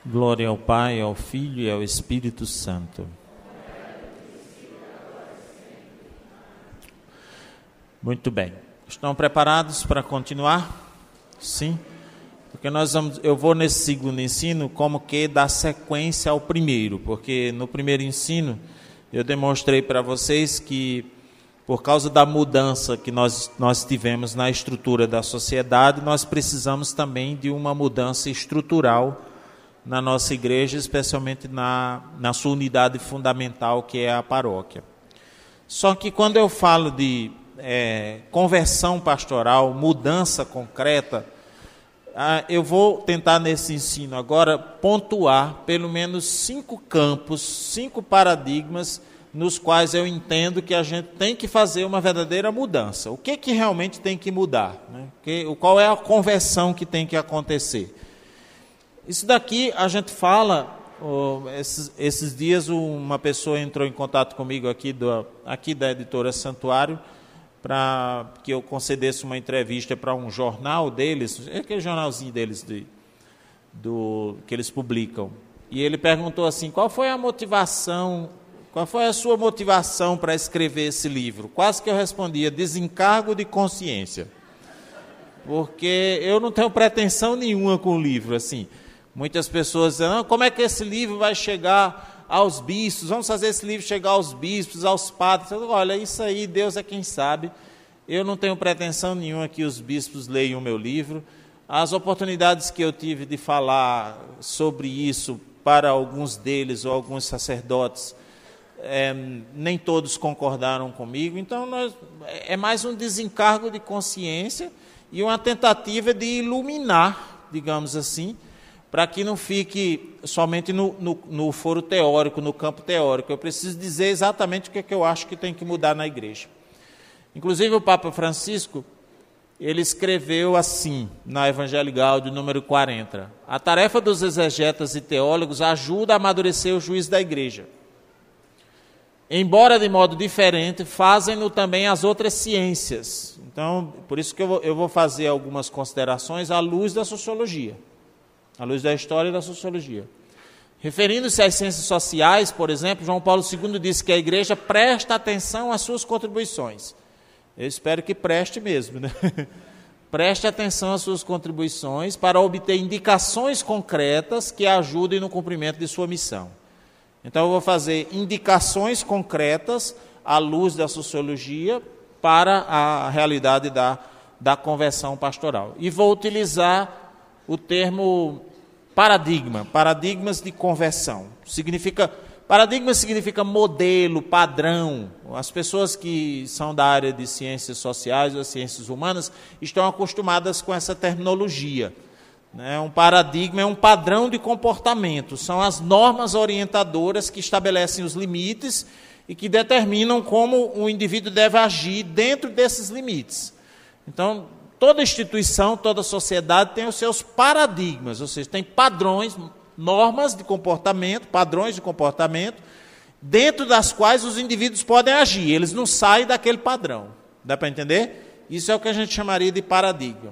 Glória ao Pai, ao Filho e ao Espírito Santo. Muito bem. Estão preparados para continuar? Sim? Porque eu vou nesse segundo ensino como que dar sequência ao primeiro, porque no primeiro ensino eu demonstrei para vocês que por causa da mudança que nós tivemos na estrutura da sociedade, nós precisamos também de uma mudança estrutural na nossa igreja, especialmente na sua unidade fundamental, que é a paróquia. Só que quando eu falo de conversão pastoral, mudança concreta, eu vou tentar nesse ensino agora pontuar pelo menos 5 campos, 5 paradigmas nos quais eu entendo que a gente tem que fazer uma verdadeira mudança. O que realmente tem que mudar? Né? Qual é a conversão que tem que acontecer? Isso daqui a gente fala, esses dias uma pessoa entrou em contato comigo aqui da editora Santuário, para que eu concedesse uma entrevista para um jornal deles, aquele jornalzinho deles que eles publicam. E ele perguntou assim, qual foi a sua motivação para escrever esse livro? Quase que eu respondia, desencargo de consciência. Porque eu não tenho pretensão nenhuma com o livro, assim. Muitas pessoas dizem, como é que esse livro vai chegar aos bispos? Vamos fazer esse livro chegar aos bispos, aos padres. Olha, isso aí, Deus é quem sabe. Eu não tenho pretensão nenhuma que os bispos leiam o meu livro. As oportunidades que eu tive de falar sobre isso para alguns deles ou alguns sacerdotes, nem todos concordaram comigo. Então, é mais um desencargo de consciência e uma tentativa de iluminar, digamos assim, para que não fique somente no foro teórico, no campo teórico. Eu preciso dizer exatamente o que eu acho que tem que mudar na igreja. Inclusive o Papa Francisco, ele escreveu assim, na Evangelii Gaudium, número 40. A tarefa dos exegetas e teólogos ajuda a amadurecer o juízo da igreja. Embora de modo diferente, fazem-no também as outras ciências. Então, por isso que eu vou fazer algumas considerações à luz da sociologia. À luz da história e da sociologia. Referindo-se às ciências sociais, por exemplo, João Paulo II disse que a igreja presta atenção às suas contribuições. Eu espero que preste mesmo, né? Preste atenção às suas contribuições para obter indicações concretas que ajudem no cumprimento de sua missão. Então, eu vou fazer indicações concretas à luz da sociologia para a realidade da conversão pastoral. E vou utilizar o termo paradigmas de conversão. Paradigma significa modelo, padrão. As pessoas que são da área de ciências sociais ou ciências humanas estão acostumadas com essa terminologia. Um paradigma é um padrão de comportamento, são as normas orientadoras que estabelecem os limites e que determinam como o indivíduo deve agir dentro desses limites. Então, toda instituição, toda sociedade tem os seus paradigmas, ou seja, tem padrões, normas de comportamento, padrões de comportamento, dentro das quais os indivíduos podem agir, eles não saem daquele padrão. Dá para entender? Isso é o que a gente chamaria de paradigma.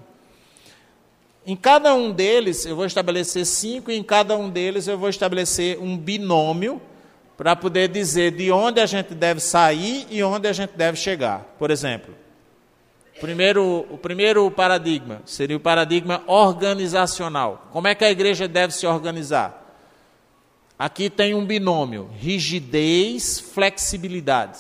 Em cada um deles, eu vou estabelecer 5, e em cada um deles eu vou estabelecer um binômio para poder dizer de onde a gente deve sair e onde a gente deve chegar. Por exemplo, o primeiro paradigma seria o paradigma organizacional. Como é que a igreja deve se organizar? Aqui tem um binômio, rigidez, flexibilidade.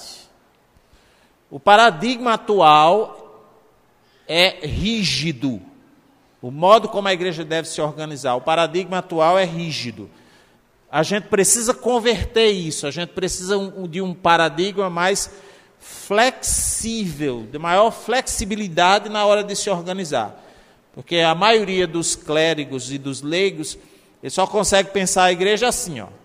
O paradigma atual é rígido. O modo como a igreja deve se organizar. O paradigma atual é rígido. A gente precisa converter isso. A gente precisa de um paradigma mais flexível, de maior flexibilidade na hora de se organizar. Porque a maioria dos clérigos e dos leigos, eles só conseguem pensar a igreja assim, ó.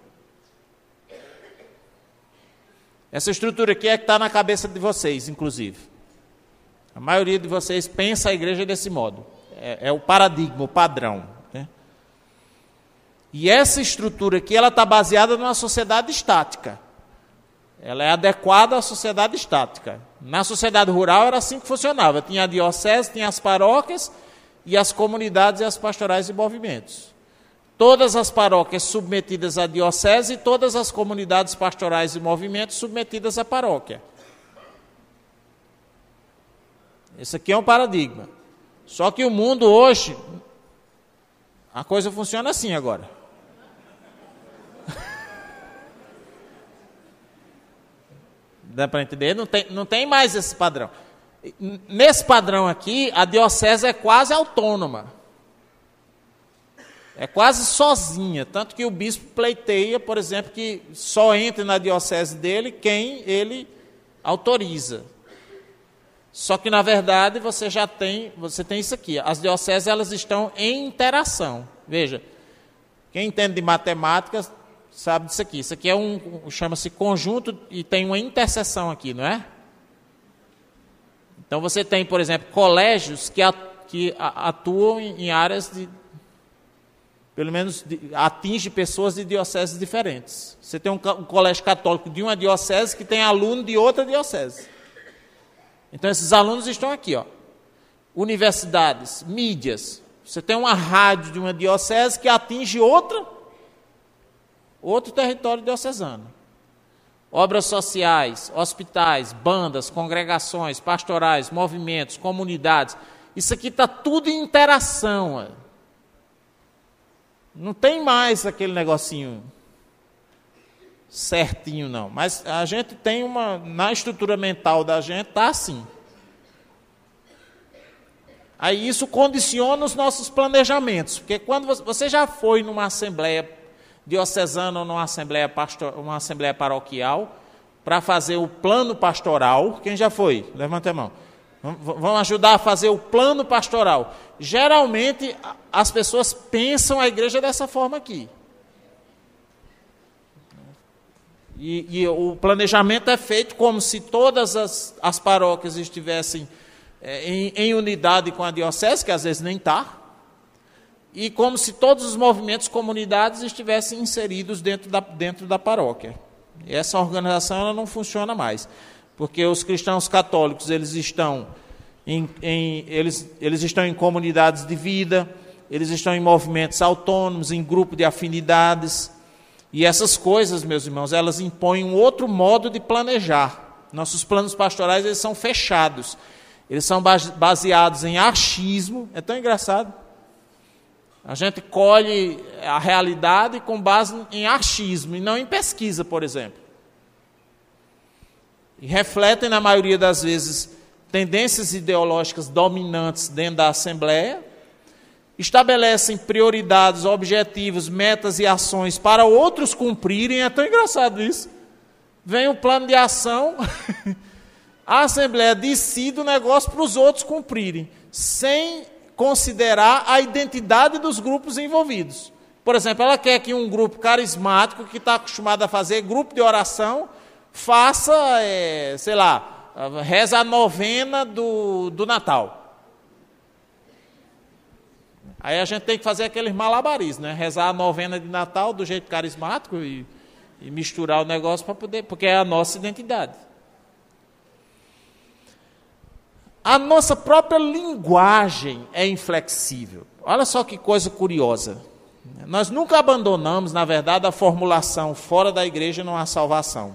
Essa estrutura aqui é que está na cabeça de vocês, inclusive. A maioria de vocês pensa a igreja desse modo. É o paradigma, o padrão. Né? E essa estrutura aqui, ela está baseada numa sociedade estática. Ela é adequada à sociedade estática. Na sociedade rural era assim que funcionava. Tinha a diocese, tinha as paróquias e as comunidades e as pastorais e movimentos. todas as paróquias submetidas à diocese e todas as comunidades pastorais e movimentos submetidas à paróquia. Esse aqui é um paradigma. Só que o mundo hoje, a coisa funciona assim agora. Dá para entender? Não tem mais esse padrão. Nesse padrão aqui, a diocese é quase autônoma. É quase sozinha. Tanto que o bispo pleiteia, por exemplo, que só entre na diocese dele quem ele autoriza. Só que, na verdade, você tem isso aqui. As dioceses, elas estão em interação. Veja, quem entende de matemática sabe disso aqui. Isso aqui chama-se conjunto e tem uma interseção aqui, não é? Então, você tem, por exemplo, colégios que atuam em áreas de, pelo menos, atinge pessoas de dioceses diferentes. Você tem um colégio católico de uma diocese que tem aluno de outra diocese. Então, esses alunos estão aqui, ó. Universidades, mídias. Você tem uma rádio de uma diocese que atinge outro território diocesano. Obras sociais, hospitais, bandas, congregações, pastorais, movimentos, comunidades. Isso aqui está tudo em interação. Ó. Não tem mais aquele negocinho certinho, não. Mas a gente tem na estrutura mental da gente, está assim. Aí isso condiciona os nossos planejamentos. Porque quando você já foi numa assembleia diocesana ou numa assembleia paroquial para fazer o plano pastoral, quem já foi? Levanta a mão. Vamos ajudar a fazer o plano pastoral. Geralmente, as pessoas pensam a igreja dessa forma aqui. E o planejamento é feito como se todas as paróquias estivessem em unidade com a diocese, que às vezes nem está, e como se todos os movimentos, comunidades estivessem inseridos dentro da paróquia. E essa organização ela não funciona mais, porque os cristãos católicos eles estão em comunidades de vida, eles estão em movimentos autônomos, em grupo de afinidades. E essas coisas, meus irmãos, elas impõem um outro modo de planejar. Nossos planos pastorais, eles são fechados. Eles são baseados em achismo. É tão engraçado. A gente colhe a realidade com base em achismo e não em pesquisa, por exemplo. E refletem, na maioria das vezes, tendências ideológicas dominantes dentro da Assembleia, estabelecem prioridades, objetivos, metas e ações para outros cumprirem. É tão engraçado isso. Vem um plano de ação, a Assembleia decide o negócio para os outros cumprirem, sem considerar a identidade dos grupos envolvidos. Por exemplo, ela quer que um grupo carismático, que está acostumado a fazer grupo de oração, faça, reza a novena do Natal. Aí a gente tem que fazer aqueles malabarismos, né? Rezar a novena de Natal do jeito carismático e misturar o negócio para poder, porque é a nossa identidade. A nossa própria linguagem é inflexível. Olha só que coisa curiosa. Nós nunca abandonamos, na verdade, a formulação fora da igreja não há salvação.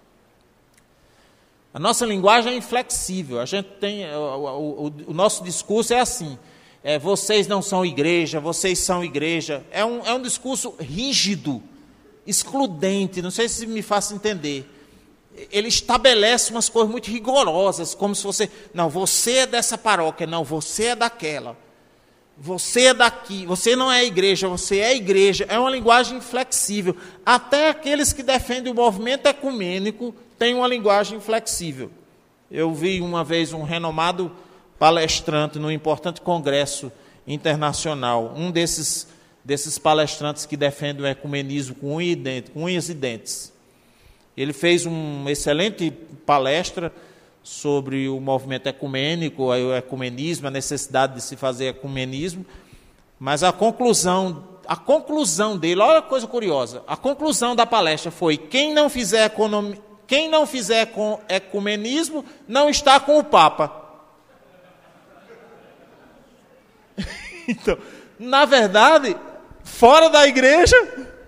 A nossa linguagem é inflexível. A gente tem o nosso discurso é assim. Vocês não são igreja, vocês são igreja. É um discurso rígido, excludente, não sei se me faço entender. Ele estabelece umas coisas muito rigorosas, como se você é dessa paróquia, não, você é daquela. Você é daqui, você não é igreja, você é igreja. É uma linguagem inflexível. Até aqueles que defendem o movimento ecumênico têm uma linguagem inflexível. Eu vi uma vez um renomado palestrante num importante congresso internacional, um desses palestrantes que defendem o ecumenismo com unhas e dentes. Ele fez uma excelente palestra sobre o movimento ecumênico, o ecumenismo, a necessidade de se fazer ecumenismo, mas a conclusão dele, olha que coisa curiosa, a conclusão da palestra foi: quem não fizer com ecumenismo não está com o Papa. Então, na verdade, fora da igreja,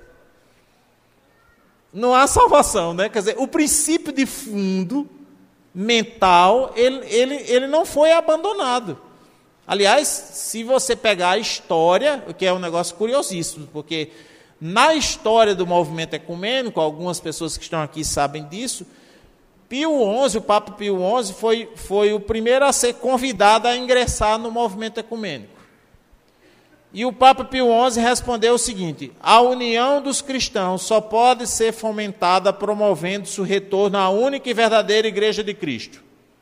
não há salvação, né? Quer dizer, o princípio de fundo mental, ele não foi abandonado. Aliás, se você pegar a história, o que é um negócio curiosíssimo, porque na história do movimento ecumênico, algumas pessoas que estão aqui sabem disso, Pio XI, o Papa Pio XI, foi o primeiro a ser convidado a ingressar no movimento ecumênico. E o Papa Pio XI respondeu o seguinte: a união dos cristãos só pode ser fomentada promovendo-se o retorno à única e verdadeira Igreja de Cristo.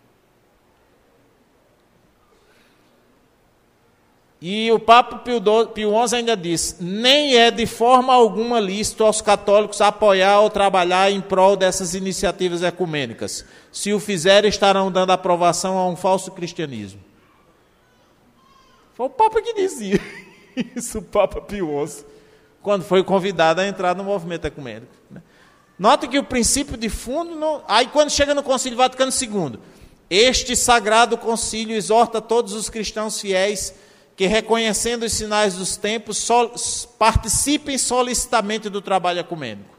E o Papa Pio XI ainda diz: nem é de forma alguma lícito aos católicos apoiar ou trabalhar em prol dessas iniciativas ecumênicas. Se o fizerem, estarão dando aprovação a um falso cristianismo. Foi o Papa que dizia isso, o Papa Pio XI, quando foi convidado a entrar no movimento ecumênico. Note que o princípio de fundo... Aí quando chega no Concílio Vaticano II, este sagrado concílio exorta todos os cristãos fiéis que, reconhecendo os sinais dos tempos, participem solicitamente do trabalho ecumênico.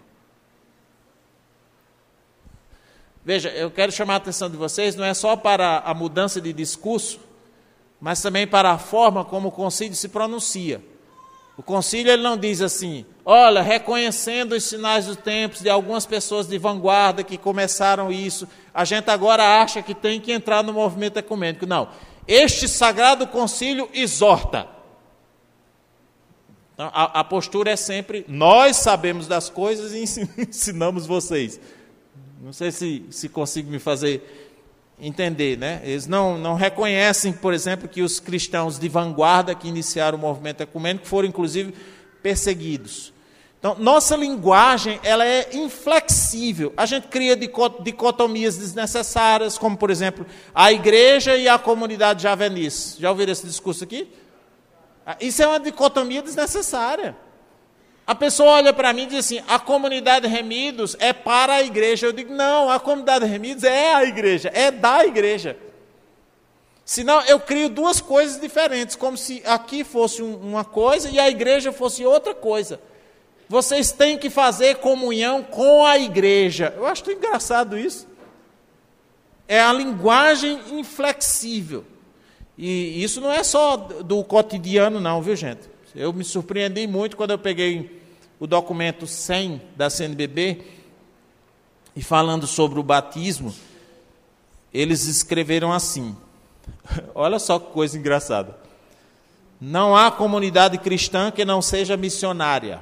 Veja, eu quero chamar a atenção de vocês, não é só para a mudança de discurso, mas também para a forma como o concílio se pronuncia. O concílio ele não diz assim: olha, reconhecendo os sinais dos tempos de algumas pessoas de vanguarda que começaram isso, a gente agora acha que tem que entrar no movimento ecumênico. Não. Este sagrado concílio exorta. Então, a postura é sempre: nós sabemos das coisas e ensinamos vocês. Não sei se consigo me fazer entender, né? Eles não reconhecem, por exemplo, que os cristãos de vanguarda que iniciaram o movimento ecumênico foram, inclusive, perseguidos. Então, nossa linguagem ela é inflexível. A gente cria dicotomias desnecessárias, como, por exemplo, a igreja e a comunidade javenice. Já ouviram esse discurso aqui? Isso é uma dicotomia desnecessária. A pessoa olha para mim e diz assim: a comunidade Remidos é para a igreja. Eu digo: não, a comunidade Remidos é a igreja, é da igreja. Senão eu crio duas coisas diferentes, como se aqui fosse uma coisa e a igreja fosse outra coisa. Vocês têm que fazer comunhão com a igreja. Eu acho tão engraçado isso. É a linguagem inflexível. E isso não é só do cotidiano não, viu, gente? Eu me surpreendi muito quando eu peguei o documento 100 da CNBB e, falando sobre o batismo, eles escreveram assim: olha só que coisa engraçada. Não há comunidade cristã que não seja missionária.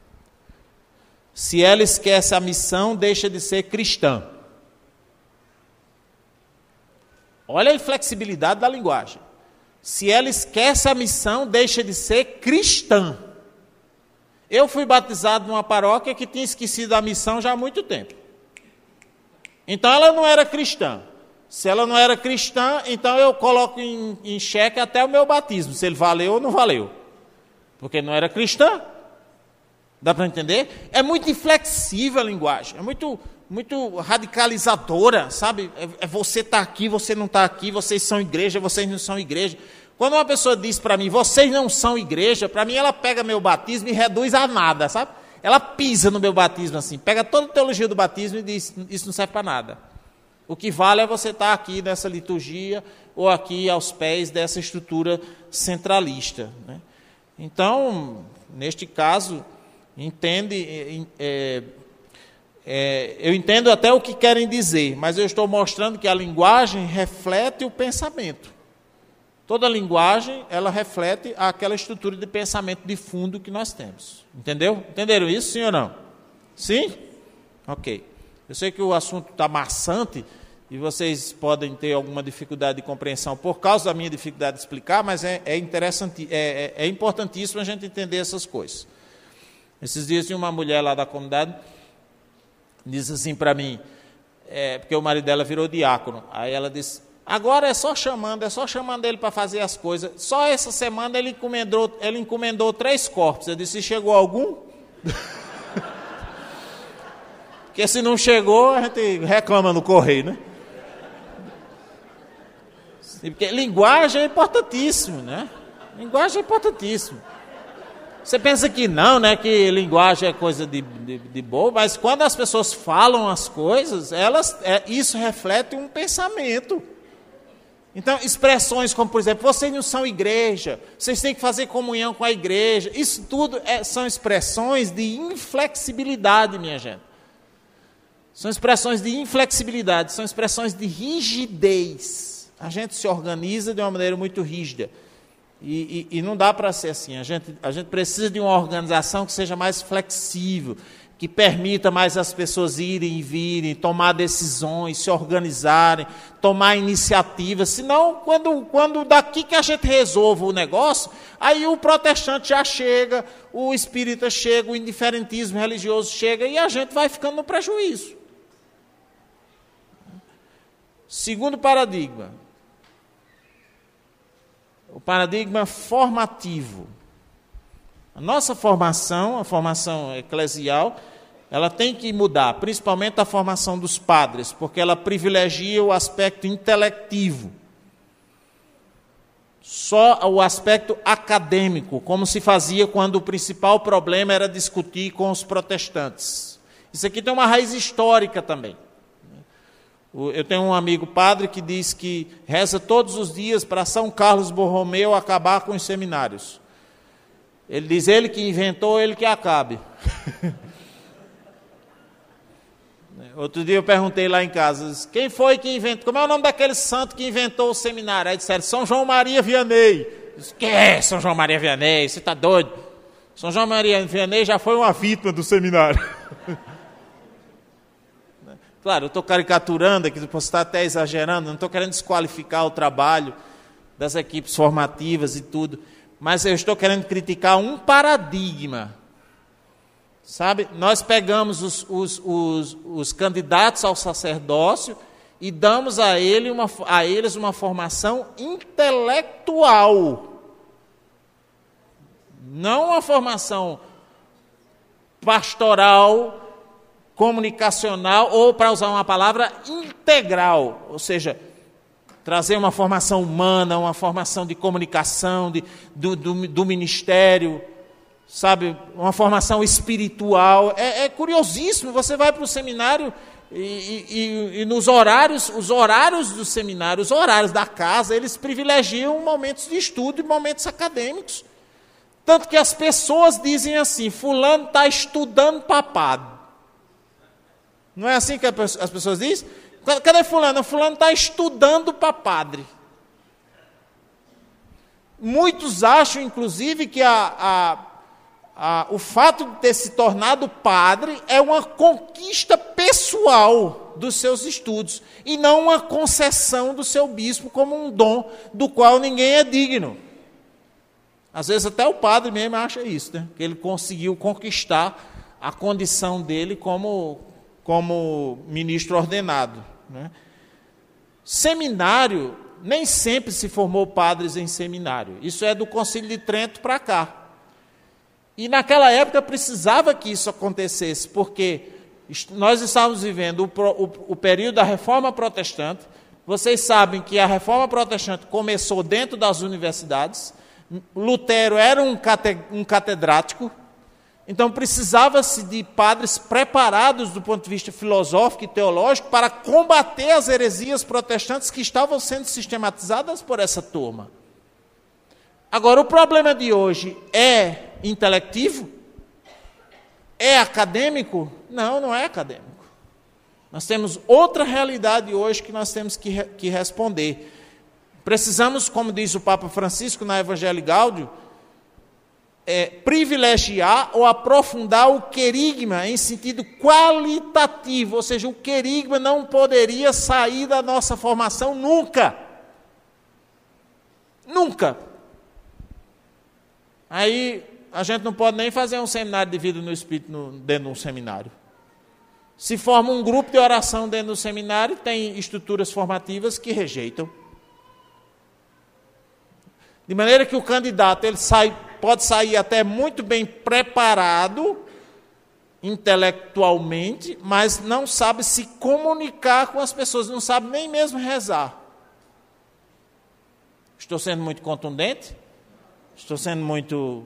Se ela esquece a missão, deixa de ser cristã. Olha a inflexibilidade da linguagem. Se ela esquece a missão, deixa de ser cristã. Eu fui batizado numa paróquia que tinha esquecido a missão já há muito tempo. Então ela não era cristã. Se ela não era cristã, então eu coloco em xeque até o meu batismo, se ele valeu ou não valeu. Porque não era cristã. Dá para entender? É muito inflexível a linguagem, é muito radicalizadora, sabe? É você está aqui, você não está aqui, vocês são igreja, vocês não são igreja. Quando uma pessoa diz para mim: vocês não são igreja, para mim ela pega meu batismo e reduz a nada, sabe? Ela pisa no meu batismo assim, pega toda a teologia do batismo e diz: isso não serve para nada. O que vale é você estar aqui nessa liturgia ou aqui aos pés dessa estrutura centralista, né? Então, neste caso, eu entendo até o que querem dizer, mas eu estou mostrando que a linguagem reflete o pensamento. Toda linguagem, ela reflete aquela estrutura de pensamento de fundo que nós temos. Entendeu? Entenderam isso, sim ou não? Sim? Ok. Eu sei que o assunto está maçante e vocês podem ter alguma dificuldade de compreensão por causa da minha dificuldade de explicar, mas é interessante, é importantíssimo a gente entender essas coisas. Esses dias tinha uma mulher lá da comunidade, disse assim para mim, porque o marido dela virou diácono, aí ela disse: agora é só chamando ele para fazer as coisas. Só essa semana ele encomendou 3 corpos. Eu disse: chegou algum? Porque se não chegou, a gente reclama no correio, né? Porque linguagem é importantíssimo, né? Linguagem é importantíssimo. Você pensa que não, né? Que linguagem é coisa de bobo, mas quando as pessoas falam as coisas, isso reflete um pensamento. Então, expressões como, por exemplo, vocês não são igreja, vocês têm que fazer comunhão com a igreja, isso tudo são expressões de inflexibilidade, minha gente. São expressões de inflexibilidade, são expressões de rigidez. A gente se organiza de uma maneira muito rígida. E não dá para ser assim. A gente precisa de uma organização que seja mais flexível, que permita mais as pessoas irem e virem, tomar decisões, se organizarem, tomar iniciativas. Senão, quando daqui que a gente resolva o negócio, aí o protestante já chega, o espírita chega, o indiferentismo religioso chega e a gente vai ficando no prejuízo. Segundo paradigma. O paradigma formativo. A nossa formação, a formação eclesial, ela tem que mudar, principalmente a formação dos padres, porque ela privilegia o aspecto intelectivo. Só o aspecto acadêmico, como se fazia quando o principal problema era discutir com os protestantes. Isso aqui tem uma raiz histórica também. Eu tenho um amigo padre que diz que reza todos os dias para São Carlos Borromeu acabar com os seminários. Ele diz, ele que inventou, ele que acabe. Outro dia eu perguntei lá em casa, quem foi que inventou, como é o nome daquele santo que inventou o seminário? Aí disseram, São João Maria Vianney. Eu disse, que é São João Maria Vianney? Você está doido? São João Maria Vianney já foi uma vítima do seminário. Claro, eu estou caricaturando aqui, posso estar até exagerando, não estou querendo desqualificar o trabalho das equipes formativas e tudo, mas eu estou querendo criticar um paradigma. Sabe, nós pegamos os candidatos ao sacerdócio e damos a eles uma formação intelectual, não uma formação pastoral, comunicacional, ou, para usar uma palavra, integral, ou seja, trazer uma formação humana, uma formação de comunicação, do ministério, sabe, uma formação espiritual. É curiosíssimo, você vai para o seminário e nos horários, os horários do seminário, os horários da casa, eles privilegiam momentos de estudo e momentos acadêmicos. Tanto que as pessoas dizem assim, fulano está estudando para padre. Não é assim que as pessoas dizem? Cadê fulano? Fulano está estudando para padre. Muitos acham, inclusive, que o fato de ter se tornado padre é uma conquista pessoal dos seus estudos e não uma concessão do seu bispo como um dom do qual ninguém é digno. Às vezes até o padre mesmo acha isso, né? Que ele conseguiu conquistar a condição dele como ministro ordenado, né? Seminário, nem sempre se formou padres em seminário. Isso é do Concílio de Trento para cá. E naquela época precisava que isso acontecesse, porque nós estávamos vivendo o período da Reforma Protestante. Vocês sabem que a Reforma Protestante começou dentro das universidades. Lutero era um catedrático. Então, precisava-se de padres preparados do ponto de vista filosófico e teológico para combater as heresias protestantes que estavam sendo sistematizadas por essa turma. Agora, o problema de hoje é intelectivo? É acadêmico? Não, não é acadêmico. Nós temos outra realidade hoje que nós temos que responder. Precisamos, como diz o Papa Francisco na Evangelii Gaudium, privilegiar ou aprofundar o querigma em sentido qualitativo, ou seja, o querigma não poderia sair da nossa formação nunca. Nunca. Aí a gente não pode nem fazer um seminário de vida no Espírito dentro de um seminário. Se forma um grupo de oração dentro do seminário, tem estruturas formativas que rejeitam. De maneira que o candidato pode sair até muito bem preparado intelectualmente, mas não sabe se comunicar com as pessoas, não sabe nem mesmo rezar. Estou sendo muito contundente? Estou sendo muito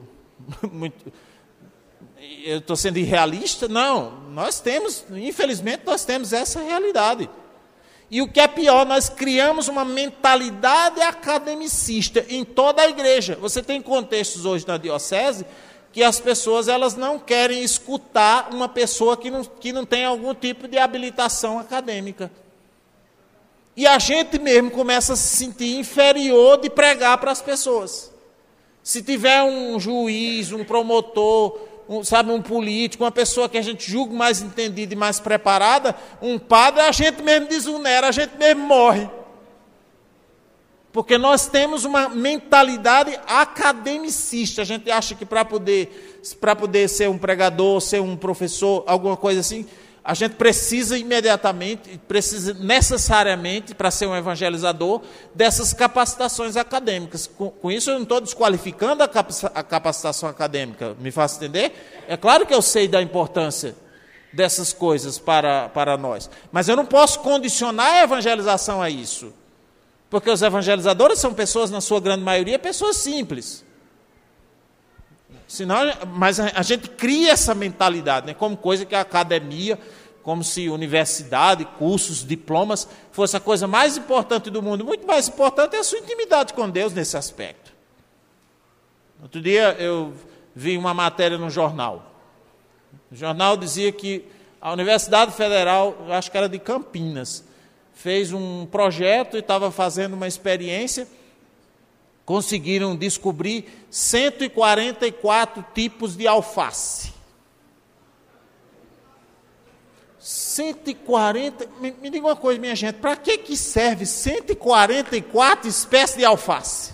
eu estou sendo irrealista? Não, infelizmente nós temos essa realidade. E o que é pior, nós criamos uma mentalidade academicista em toda a igreja. Você tem contextos hoje na diocese que as pessoas elas não querem escutar uma pessoa que não tem algum tipo de habilitação acadêmica. E a gente mesmo começa a se sentir inferior de pregar para as pessoas. Se tiver um juiz, um promotor, um político, uma pessoa que a gente julga mais entendida e mais preparada, um padre, a gente mesmo desonera, a gente mesmo morre. Porque nós temos uma mentalidade academicista. A gente acha que para poder ser um pregador, ser um professor, alguma coisa assim, a gente precisa necessariamente, para ser um evangelizador, dessas capacitações acadêmicas. Com isso eu não estou desqualificando a capacitação acadêmica, me faço entender? É claro que eu sei da importância dessas coisas para nós, mas eu não posso condicionar a evangelização a isso, porque os evangelizadores são pessoas, na sua grande maioria, pessoas simples. Senão, mas a gente cria essa mentalidade, né, como coisa que a academia, como se universidade, cursos, diplomas, fosse a coisa mais importante do mundo. Muito mais importante é a sua intimidade com Deus nesse aspecto. Outro dia eu vi uma matéria no jornal. O jornal dizia que a Universidade Federal, eu acho que era de Campinas, fez um projeto e estava fazendo uma experiência. Conseguiram descobrir 144 tipos de alface. 140... Me diga uma coisa, minha gente, para que serve 144 espécies de alface?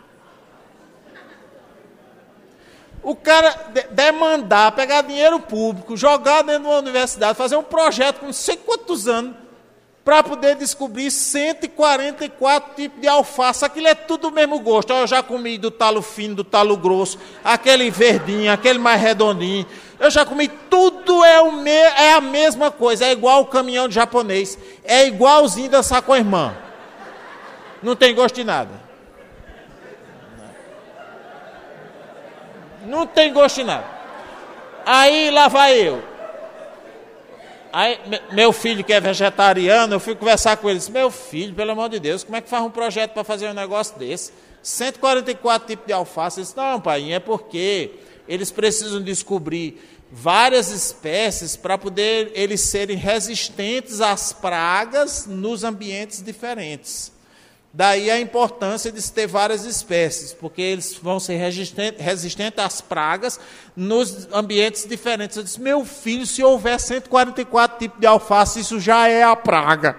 O cara demandar, pegar dinheiro público, jogar dentro de uma universidade, fazer um projeto com não sei quantos anos, para poder descobrir 144 tipos de alface. Aquilo é tudo do mesmo gosto. Eu já comi do talo fino, do talo grosso, aquele verdinho, aquele mais redondinho. Eu já comi, tudo é a mesma coisa. É igual o caminhão de japonês. É igualzinho dançar com a irmã. Não tem gosto de nada. Não tem gosto de nada. Aí lá vai eu. Aí, meu filho que é vegetariano, eu fui conversar com ele, disse, meu filho, pelo amor de Deus, como é que faz um projeto para fazer um negócio desse? 144 tipos de alface. Eu disse, não, pai, é porque eles precisam descobrir várias espécies para poder eles serem resistentes às pragas nos ambientes diferentes. Daí a importância de se ter várias espécies, porque eles vão ser resistentes às pragas nos ambientes diferentes. Eu disse, meu filho, se houver 144 tipos de alface, isso já é a praga.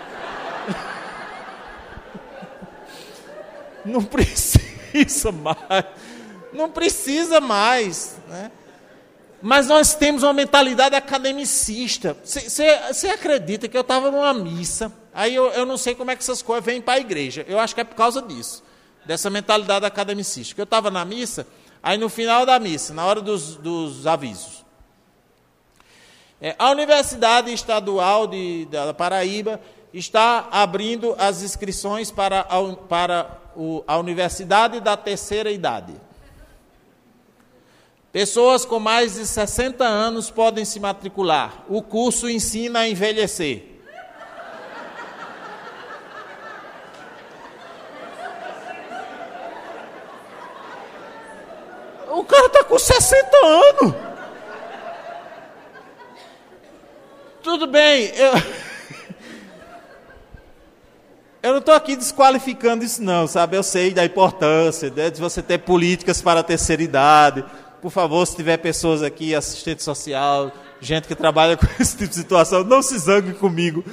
Não precisa mais. Não precisa mais, né? Mas nós temos uma mentalidade academicista. Você acredita que eu estava numa missa, aí eu não sei como é que essas coisas vêm para a igreja. Eu acho que é por causa disso, dessa mentalidade academicista. Que eu estava na missa, aí no final da missa, na hora dos avisos, a Universidade Estadual da Paraíba está abrindo as inscrições para a Universidade da Terceira Idade. Pessoas com mais de 60 anos podem se matricular. O curso ensina a envelhecer. O cara está com 60 anos. Tudo bem, eu não estou aqui desqualificando isso não, sabe? Eu sei da importância de você ter políticas para a terceira idade. Por favor, se tiver pessoas aqui, assistente social, gente que trabalha com esse tipo de situação, não se zangue comigo.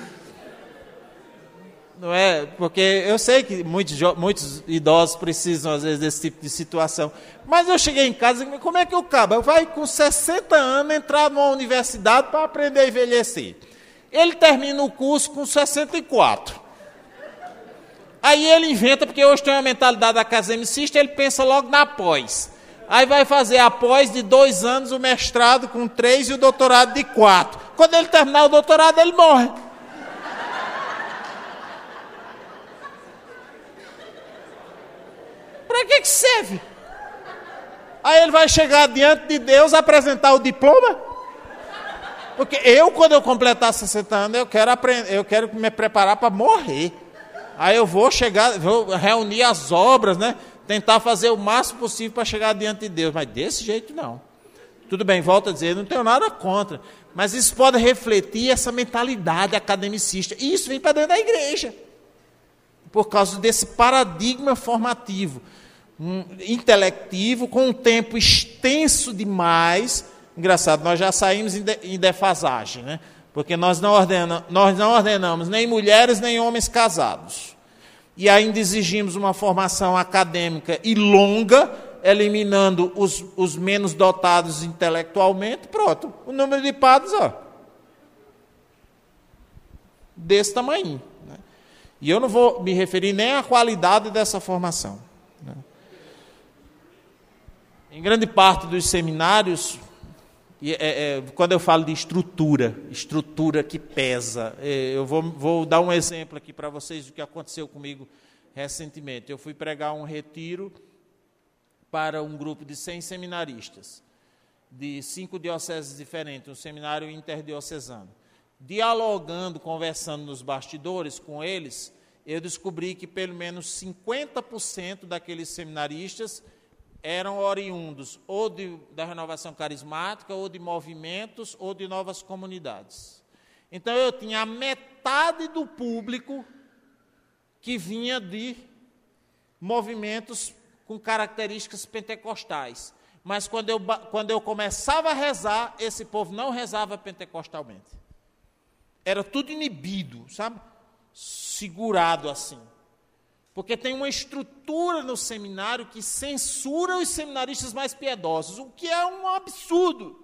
Não é? Porque eu sei que muitos idosos precisam, às vezes, desse tipo de situação. Mas eu cheguei em casa e como é que eu cabo? Eu vai com 60 anos entrar numa universidade para aprender a envelhecer. Ele termina o curso com 64. Aí ele inventa, porque hoje tem uma mentalidade academicista, ele pensa logo na pós. Aí vai fazer a pós de 2 anos, o mestrado com 3 e o doutorado de 4. Quando ele terminar o doutorado, ele morre. Para que serve? Aí ele vai chegar diante de Deus apresentar o diploma? Porque quando eu completar 60 anos, eu quero me preparar para morrer. Aí eu vou reunir as obras, né? Tentar fazer o máximo possível para chegar diante de Deus. Mas desse jeito não. Tudo bem, volto a dizer, não tenho nada contra. Mas isso pode refletir essa mentalidade academicista. E isso vem para dentro da igreja. Por causa desse paradigma formativo, intelectivo, com um tempo extenso demais. Engraçado, nós já saímos em defasagem, né? Porque nós não ordenamos nem mulheres nem homens casados. E ainda exigimos uma formação acadêmica e longa, eliminando os menos dotados intelectualmente. Pronto, o número de padres, desse tamanho. Né? E eu não vou me referir nem à qualidade dessa formação. Né? Em grande parte dos seminários, quando eu falo de estrutura que pesa, eu vou dar um exemplo aqui para vocês do que aconteceu comigo recentemente. Eu fui pregar um retiro para um grupo de 100 seminaristas, de 5 dioceses diferentes, um seminário interdiocesano. Dialogando, conversando nos bastidores com eles, eu descobri que pelo menos 50% daqueles seminaristas eram oriundos ou da renovação carismática, ou de movimentos, ou de novas comunidades. Então eu tinha a metade do público que vinha de movimentos com características pentecostais. Mas quando eu começava a rezar, esse povo não rezava pentecostalmente. Era tudo inibido, sabe? Segurado assim. Porque tem uma estrutura no seminário que censura os seminaristas mais piedosos, o que é um absurdo.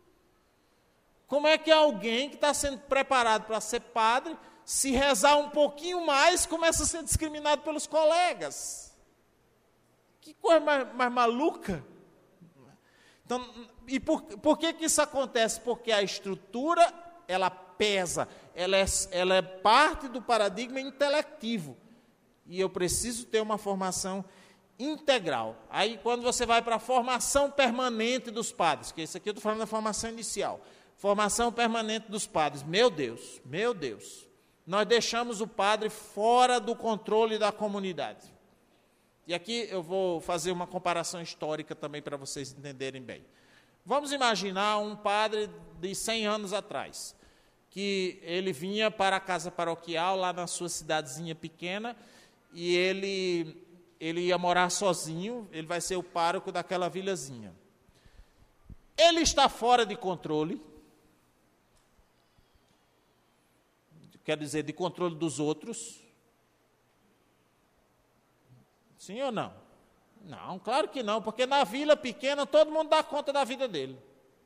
Como é que alguém que está sendo preparado para ser padre, se rezar um pouquinho mais, começa a ser discriminado pelos colegas? Que coisa mais maluca. Então, e por que isso acontece? Porque a estrutura, ela pesa, ela é parte do paradigma intelectivo. E eu preciso ter uma formação integral. Aí, quando você vai para a formação permanente dos padres, que isso aqui eu estou falando da formação inicial, formação permanente dos padres, meu Deus, nós deixamos o padre fora do controle da comunidade. E aqui eu vou fazer uma comparação histórica também para vocês entenderem bem. Vamos imaginar um padre de 100 anos atrás, que ele vinha para a casa paroquial, lá na sua cidadezinha pequena, e ele ia morar sozinho, ele vai ser o pároco daquela vilazinha. Ele está fora de controle, quer dizer, de controle dos outros. Sim ou não? Não, claro que não, porque na vila pequena todo mundo dá conta da vida dele.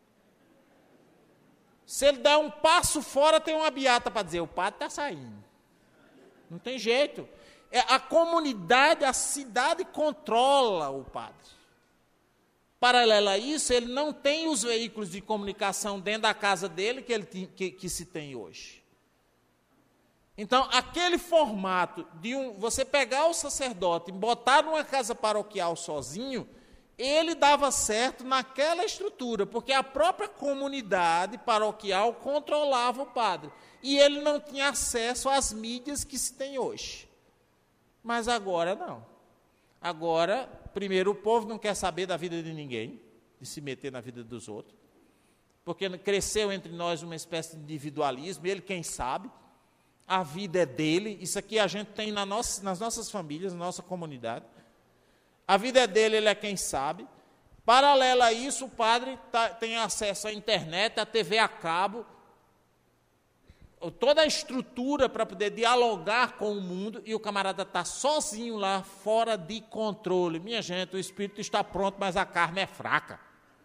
Se ele der um passo fora, tem uma beata para dizer, o padre está saindo. Não tem jeito. A comunidade, a cidade controla o padre. Paralelo a isso, ele não tem os veículos de comunicação dentro da casa dele que se tem hoje. Então, aquele formato de você pegar o sacerdote e botar numa casa paroquial sozinho, ele dava certo naquela estrutura, porque a própria comunidade paroquial controlava o padre. E ele não tinha acesso às mídias que se tem hoje. Mas agora não. Agora, primeiro, o povo não quer saber da vida de ninguém, de se meter na vida dos outros, porque cresceu entre nós uma espécie de individualismo, ele quem sabe, a vida é dele, isso aqui a gente tem nas nossas famílias, na nossa comunidade, a vida é dele, ele é quem sabe. Paralelo a isso, o padre tem acesso à internet, à TV a cabo, toda a estrutura para poder dialogar com o mundo, e o camarada está sozinho lá, fora de controle. Minha gente, o espírito está pronto, mas a carne é fraca.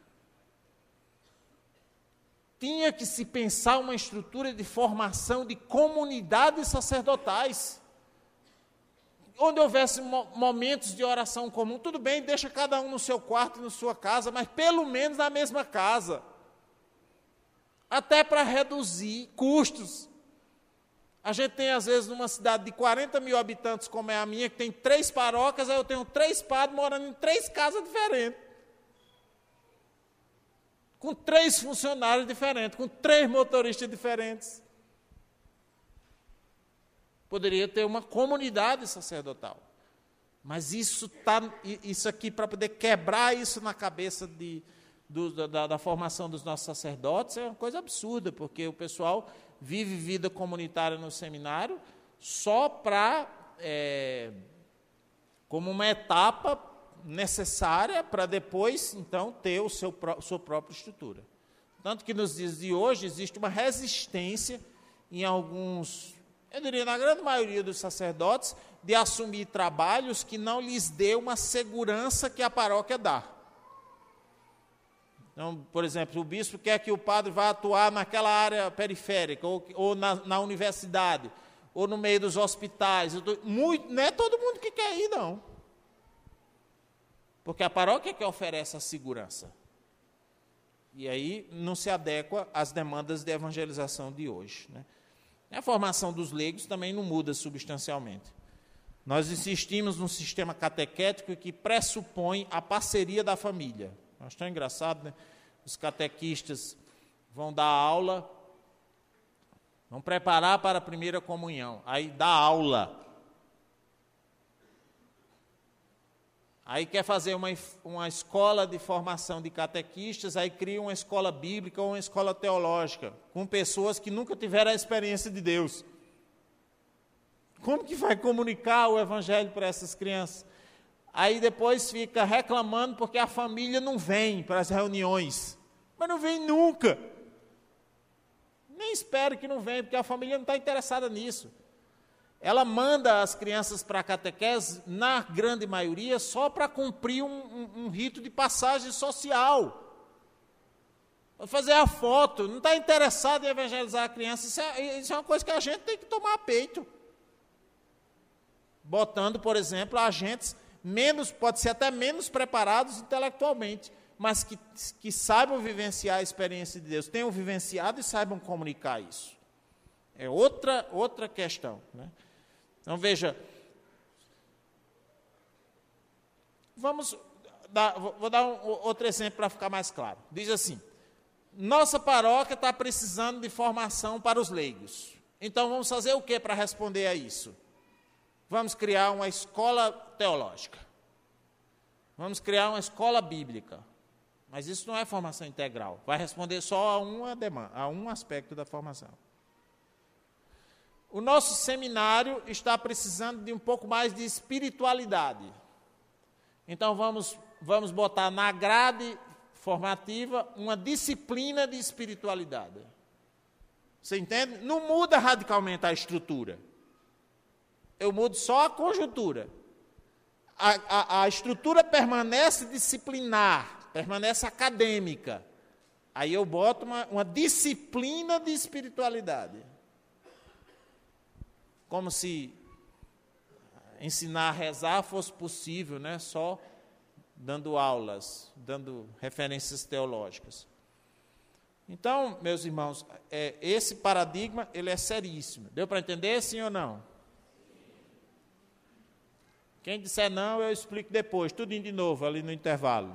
Tinha que se pensar uma estrutura de formação de comunidades sacerdotais, onde houvesse momentos de oração comum. Tudo bem, deixa cada um no seu quarto e na sua casa, mas pelo menos na mesma casa. Até para reduzir custos. A gente tem, às vezes, numa cidade de 40 mil habitantes, como é a minha, que tem 3 paróquias, aí eu tenho 3 padres morando em 3 casas diferentes. com 3 funcionários diferentes, com 3 motoristas diferentes. Poderia ter uma comunidade sacerdotal. Mas isso aqui, para poder quebrar isso na cabeça da formação dos nossos sacerdotes, é uma coisa absurda, porque o pessoal vive vida comunitária no seminário só como uma etapa necessária para depois, então, ter sua própria estrutura. Tanto que nos dias de hoje existe uma resistência em alguns, eu diria na grande maioria dos sacerdotes, de assumir trabalhos que não lhes dê uma segurança que a paróquia dá. Então, por exemplo, o bispo quer que o padre vá atuar naquela área periférica, ou na universidade, ou no meio dos hospitais. Não é todo mundo que quer ir, não. Porque a paróquia é que oferece a segurança. E aí não se adequa às demandas de evangelização de hoje, né? A formação dos leigos também não muda substancialmente. Nós insistimos num sistema catequético que pressupõe a parceria da família. Acho tão engraçado, né? Os catequistas vão dar aula, vão preparar para a primeira comunhão, aí dá aula. Aí quer fazer uma escola de formação de catequistas, aí cria uma escola bíblica ou uma escola teológica, com pessoas que nunca tiveram a experiência de Deus. Como que vai comunicar o evangelho para essas crianças? Aí depois fica reclamando porque a família não vem para as reuniões. Mas não vem nunca. Nem espero que não venha, porque a família não está interessada nisso. Ela manda as crianças para a catequese, na grande maioria, só para cumprir um rito de passagem social. Para fazer a foto. Não está interessado em evangelizar a criança. Isso é uma coisa que a gente tem que tomar a peito. Botando, por exemplo, agentes pode ser até menos preparados intelectualmente, mas que saibam vivenciar a experiência de Deus, tenham vivenciado e saibam comunicar isso. É outra questão, né? Então, veja, vou dar outro exemplo para ficar mais claro. Diz assim, nossa paróquia está precisando de formação para os leigos. Então, vamos fazer o que para responder a isso? Vamos criar uma escola teológica. Vamos criar uma escola bíblica. Mas isso não é formação integral. Vai responder só a um aspecto da formação. O nosso seminário está precisando de um pouco mais de espiritualidade. Então vamos botar na grade formativa uma disciplina de espiritualidade. Você entende? Não muda radicalmente a estrutura. Eu mudo só a conjuntura. A estrutura permanece disciplinar, permanece acadêmica. Aí eu boto uma disciplina de espiritualidade. Como se ensinar a rezar fosse possível, né? Só dando aulas, dando referências teológicas. Então, meus irmãos, esse paradigma ele é seríssimo. Deu para entender, sim ou não? Quem disser não, eu explico depois, tudinho de novo, ali no intervalo.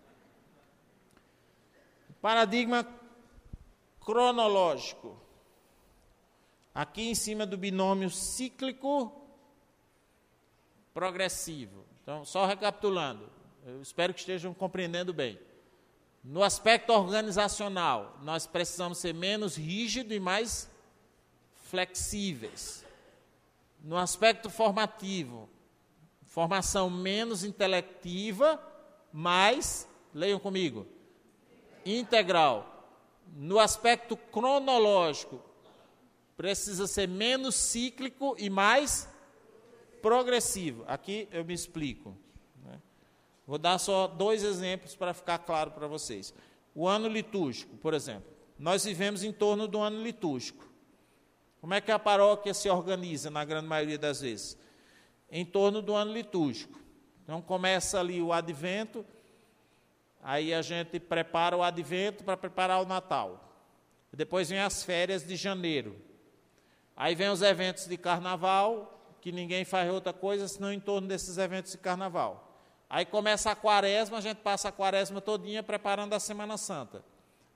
Paradigma cronológico. Aqui em cima do binômio cíclico progressivo. Então, só recapitulando, eu espero que estejam compreendendo bem. No aspecto organizacional, nós precisamos ser menos rígidos e mais flexíveis. No aspecto formativo, formação menos intelectiva, mais, leiam comigo, integral. No aspecto cronológico, precisa ser menos cíclico e mais progressivo. Aqui eu me explico, né? Vou dar só 2 exemplos para ficar claro para vocês. O ano litúrgico, por exemplo. Nós vivemos em torno do ano litúrgico. Como é que a paróquia se organiza, na grande maioria das vezes? Em torno do ano litúrgico. Então, começa ali o advento, aí a gente prepara o advento para preparar o Natal. Depois vem as férias de janeiro. Aí vem os eventos de carnaval, que ninguém faz outra coisa senão em torno desses eventos de carnaval. Aí começa a quaresma, a gente passa a quaresma todinha preparando a Semana Santa.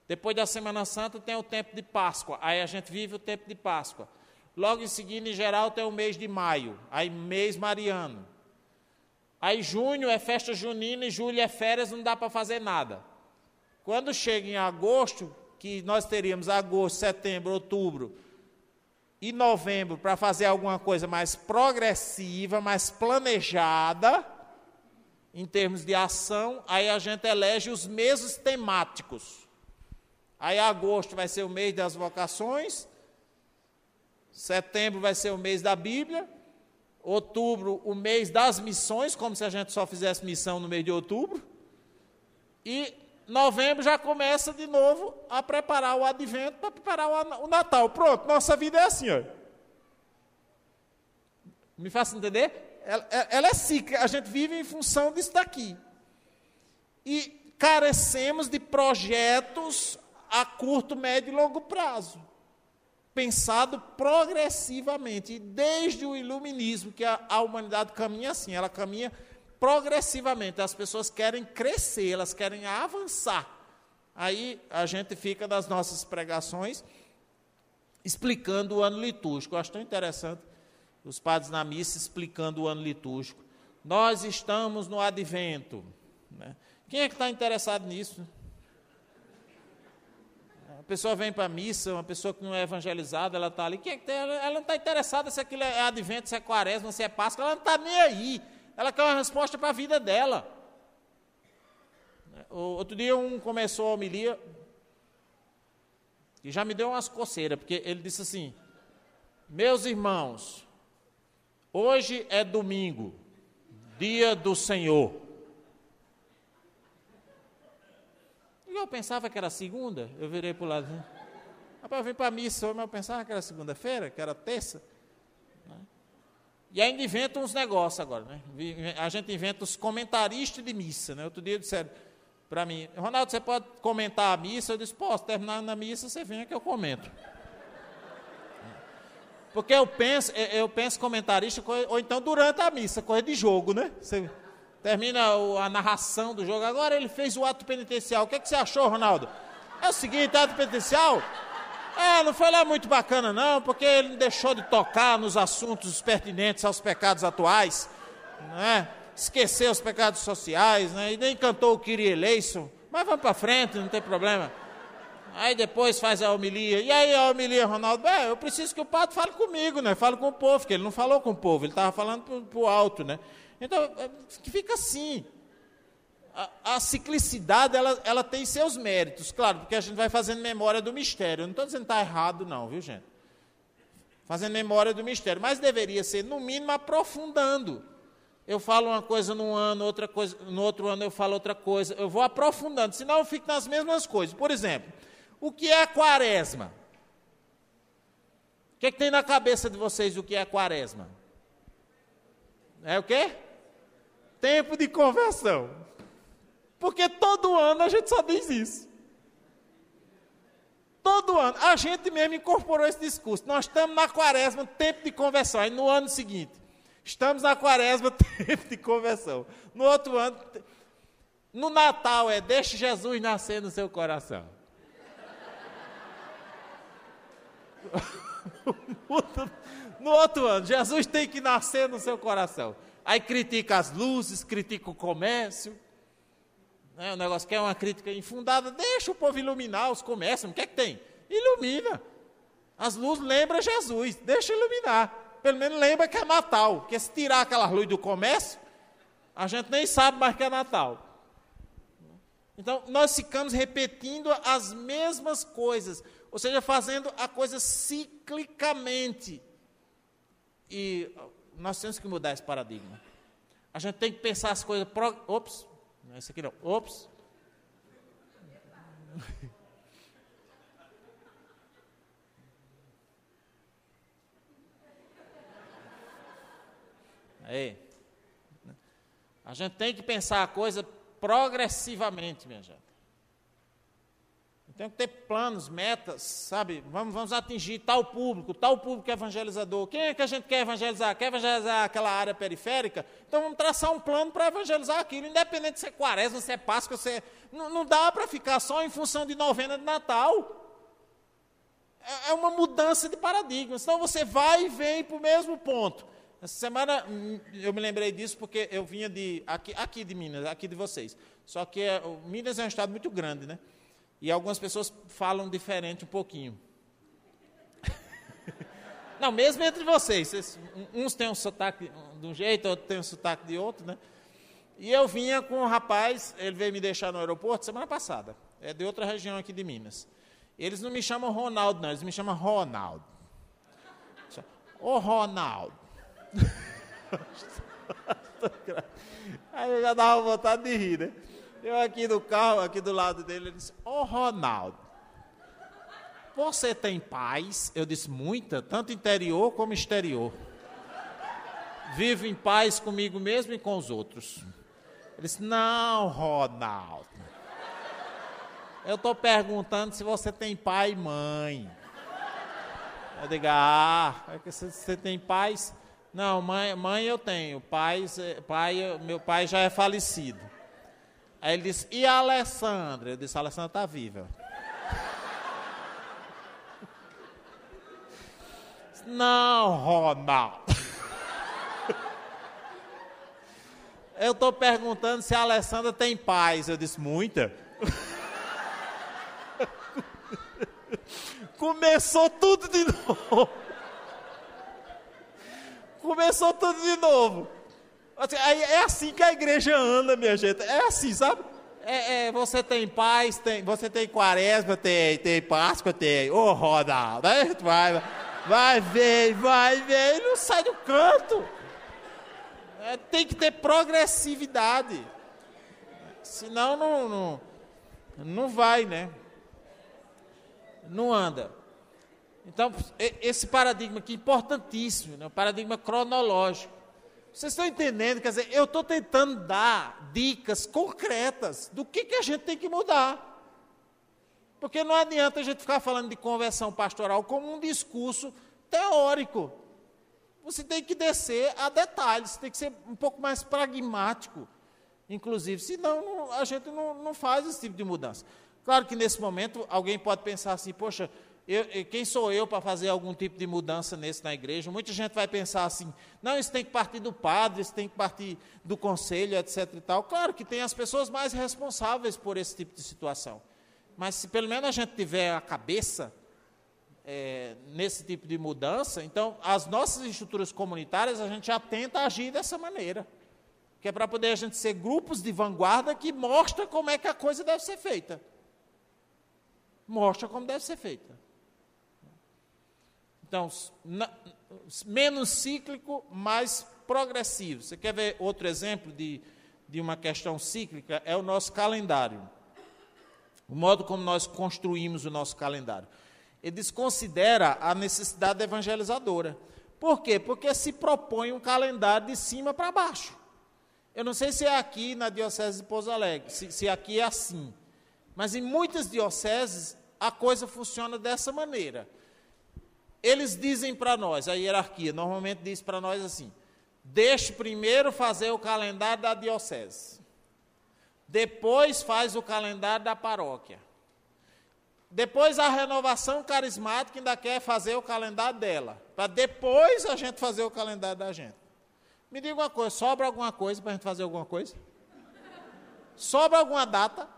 Depois da Semana Santa tem o tempo de Páscoa, aí a gente vive o tempo de Páscoa. Logo em seguida, em geral, tem o mês de maio, aí mês mariano. Aí junho é festa junina e julho é férias, não dá para fazer nada. Quando chega em agosto, que nós teríamos agosto, setembro, outubro e novembro para fazer alguma coisa mais progressiva, mais planejada, em termos de ação, aí a gente elege os meses temáticos. Aí agosto vai ser o mês das vocações, setembro vai ser o mês da Bíblia, outubro o mês das missões, como se a gente só fizesse missão no mês de outubro, e novembro já começa de novo a preparar o advento para preparar o Natal. Pronto, nossa vida é assim, ó. Me faça entender? Ela é cíclica, a gente vive em função disso daqui. E carecemos de projetos a curto, médio e longo prazo, pensado progressivamente. E desde o iluminismo, que a humanidade caminha assim, ela caminha progressivamente. As pessoas querem crescer, elas querem avançar. Aí a gente fica nas nossas pregações explicando o ano litúrgico. Eu acho tão interessante os padres na missa explicando o ano litúrgico. Nós estamos no advento, né? Quem é que está interessado nisso? A pessoa vem para a missa, uma pessoa que não é evangelizada, ela está ali. Ela não está interessada se aquilo é advento, se é quaresma, se é Páscoa, ela não está nem aí. Ela quer uma resposta para a vida dela. Outro dia começou a homilia e já me deu umas coceiras, porque ele disse assim: meus irmãos, hoje é domingo, dia do Senhor. E eu pensava que era segunda, eu virei para o lado. Rapaz, eu vim para a missa, mas eu pensava que era segunda-feira, que era terça. E ainda inventa uns negócios agora, né? A gente inventa os comentaristas de missa, né? Outro dia disseram para mim: Ronaldo, você pode comentar a missa? Eu disse: posso, terminar na missa, você vem que eu comento. Porque eu penso comentarista, ou então durante a missa, coisa de jogo, né? Você termina a narração do jogo, agora ele fez o ato penitencial. O que você achou, Ronaldo? É o seguinte, ato penitencial... não foi lá muito bacana não, porque ele deixou de tocar nos assuntos pertinentes aos pecados atuais, né? Esqueceu os pecados sociais, né? E nem cantou o Kyrie eleison, mas vamos para frente, não tem problema. Aí depois faz a homilia, e aí a homilia, Ronaldo, eu preciso que o padre fale comigo, né? Fale com o povo, porque ele não falou com o povo, ele estava falando para o alto, né? Então, fica assim. A ciclicidade, ela tem seus méritos, claro, porque a gente vai fazendo memória do mistério. Eu não estou dizendo que está errado não, viu, gente? Fazendo memória do mistério, mas deveria ser, no mínimo, aprofundando. Eu falo uma coisa num ano, outra coisa, no outro ano eu falo outra coisa. Eu vou aprofundando, senão eu fico nas mesmas coisas. Por exemplo, o que é a quaresma? O que tem na cabeça de vocês o que é a quaresma? É o quê? Tempo de conversão. Porque todo ano a gente só diz isso. Todo ano. A gente mesmo incorporou esse discurso. Nós estamos na quaresma, tempo de conversão. Aí no ano seguinte, estamos na quaresma, tempo de conversão. No outro ano, no Natal deixe Jesus nascer no seu coração. No outro ano, Jesus tem que nascer no seu coração. Aí critica as luzes, critica o comércio. O negócio que é uma crítica infundada, deixa o povo iluminar os comércios, o que é que tem? Ilumina. As luzes lembram Jesus, deixa iluminar. Pelo menos lembra que é Natal, porque se tirar aquela luz do comércio, a gente nem sabe mais que é Natal. Então, nós ficamos repetindo as mesmas coisas, ou seja, fazendo a coisa ciclicamente. E nós temos que mudar esse paradigma. A gente tem que pensar as coisas... Ops! Não é isso aqui não. Ops. Aí. A gente tem que pensar a coisa progressivamente, minha gente. Tem que ter planos, metas, sabe? Vamos atingir tal público evangelizador. Quem é que a gente quer evangelizar? Quer evangelizar aquela área periférica? Então vamos traçar um plano para evangelizar aquilo, independente de ser quaresma, se é Páscoa, não dá para ficar só em função de novena de Natal. É uma mudança de paradigma, senão você vai e vem para o mesmo ponto. Essa semana eu me lembrei disso porque eu vinha aqui de Minas, aqui de vocês. Só que Minas é um estado muito grande, né? E algumas pessoas falam diferente um pouquinho. Não, mesmo entre vocês. Uns têm um sotaque de um jeito, outros têm um sotaque de outro, né? E eu vinha com um rapaz, ele veio me deixar no aeroporto semana passada. É de outra região aqui de Minas. Eles não me chamam Ronaldo, não. Eles me chamam Ronaldo. Ô, Ronaldo. Aí eu já dava vontade de rir, né? Eu aqui no carro, aqui do lado dele, ele disse, ô Ronaldo, você tem paz? Eu disse, muita, tanto interior como exterior. Vivo em paz comigo mesmo e com os outros. Ele disse, não, Ronaldo. Eu estou perguntando se você tem pai e mãe. Eu digo, é que você tem pais? Não, mãe eu tenho, meu pai já é falecido. Aí ele disse, e a Alessandra? Eu disse, a Alessandra está viva. Não, Ronaldo. Eu estou perguntando se a Alessandra tem paz. Eu disse, muita. Começou tudo de novo. Começou tudo de novo. É assim que a igreja anda, minha gente. É assim, sabe? Você tem paz, você tem quaresma, tem Páscoa, tem. Ô, Ronaldo, vai ver, não sai do canto. Tem que ter progressividade. Senão não vai, né? Não anda. Então, esse paradigma aqui é importantíssimo, né? Um paradigma cronológico. Vocês estão entendendo? Quer dizer, eu estou tentando dar dicas concretas do que a gente tem que mudar. Porque não adianta a gente ficar falando de conversão pastoral como um discurso teórico. Você tem que descer a detalhes, tem que ser um pouco mais pragmático, inclusive, senão a gente não faz esse tipo de mudança. Claro que nesse momento alguém pode pensar assim, poxa, quem sou eu para fazer algum tipo de mudança na igreja? Muita gente vai pensar assim, não, isso tem que partir do padre, isso tem que partir do conselho, etc. e tal. Claro que tem as pessoas mais responsáveis por esse tipo de situação. Mas se pelo menos a gente tiver a cabeça nesse tipo de mudança, então as nossas estruturas comunitárias a gente já tenta agir dessa maneira. Que é para poder a gente ser grupos de vanguarda que mostra como é que a coisa deve ser feita. Mostra como deve ser feita. Então, menos cíclico, mais progressivo. Você quer ver outro exemplo de uma questão cíclica? É o nosso calendário. O modo como nós construímos o nosso calendário. Ele desconsidera a necessidade evangelizadora. Por quê? Porque se propõe um calendário de cima para baixo. Eu não sei se é aqui na Diocese de Pouso Alegre, se aqui é assim. Mas em muitas dioceses, a coisa funciona dessa maneira. Eles dizem para nós, a hierarquia normalmente diz para nós assim, deixe primeiro fazer o calendário da diocese. Depois faz o calendário da paróquia. Depois a renovação carismática ainda quer fazer o calendário dela. Para depois a gente fazer o calendário da gente. Me diga uma coisa, sobra alguma coisa para a gente fazer alguma coisa? Sobra alguma data?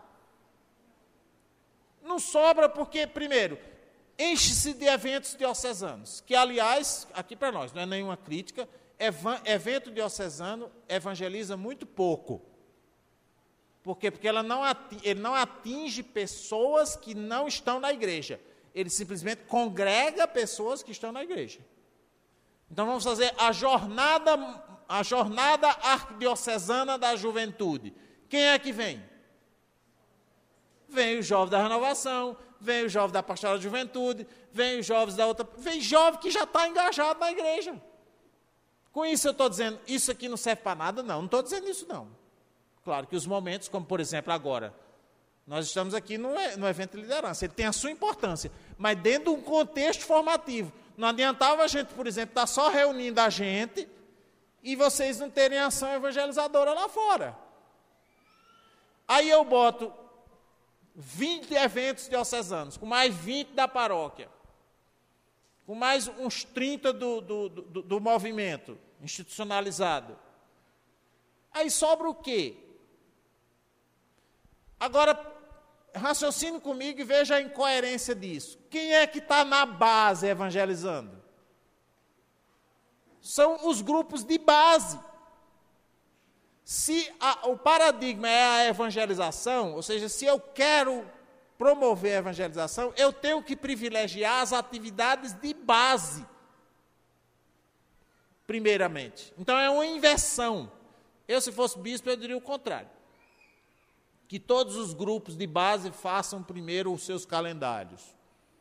Não sobra porque, primeiro, enche-se de eventos diocesanos, que, aliás, aqui para nós, não é nenhuma crítica, evento diocesano evangeliza muito pouco. Por quê? Porque ele não atinge pessoas que não estão na igreja. Ele simplesmente congrega pessoas que estão na igreja. Então vamos fazer a jornada arquidiocesana da juventude. Quem é que vem? Vem o jovem da renovação, vem o jovem da pastoral da juventude, vem os jovens da outra... Vem jovem que já está engajado na igreja. Com isso eu estou dizendo, isso aqui não serve para nada? Não estou dizendo isso não. Claro que os momentos, como por exemplo agora, Nós estamos aqui no evento de liderança. Ele tem a sua importância, mas dentro de um contexto formativo. Não adiantava a gente, por exemplo, estar só reunindo a gente e vocês não terem ação evangelizadora lá fora. Aí eu boto 20 eventos diocesanos, com mais 20 da paróquia, com mais uns 30 do movimento institucionalizado. Aí sobra o quê? Agora, raciocine comigo e veja a incoerência disso. Quem é que está na base evangelizando? São os grupos de base. Se o paradigma é a evangelização, ou seja, se eu quero promover a evangelização, eu tenho que privilegiar as atividades de base, primeiramente. Então é uma inversão. Eu, se fosse bispo, eu diria o contrário. Que todos os grupos de base façam primeiro os seus calendários.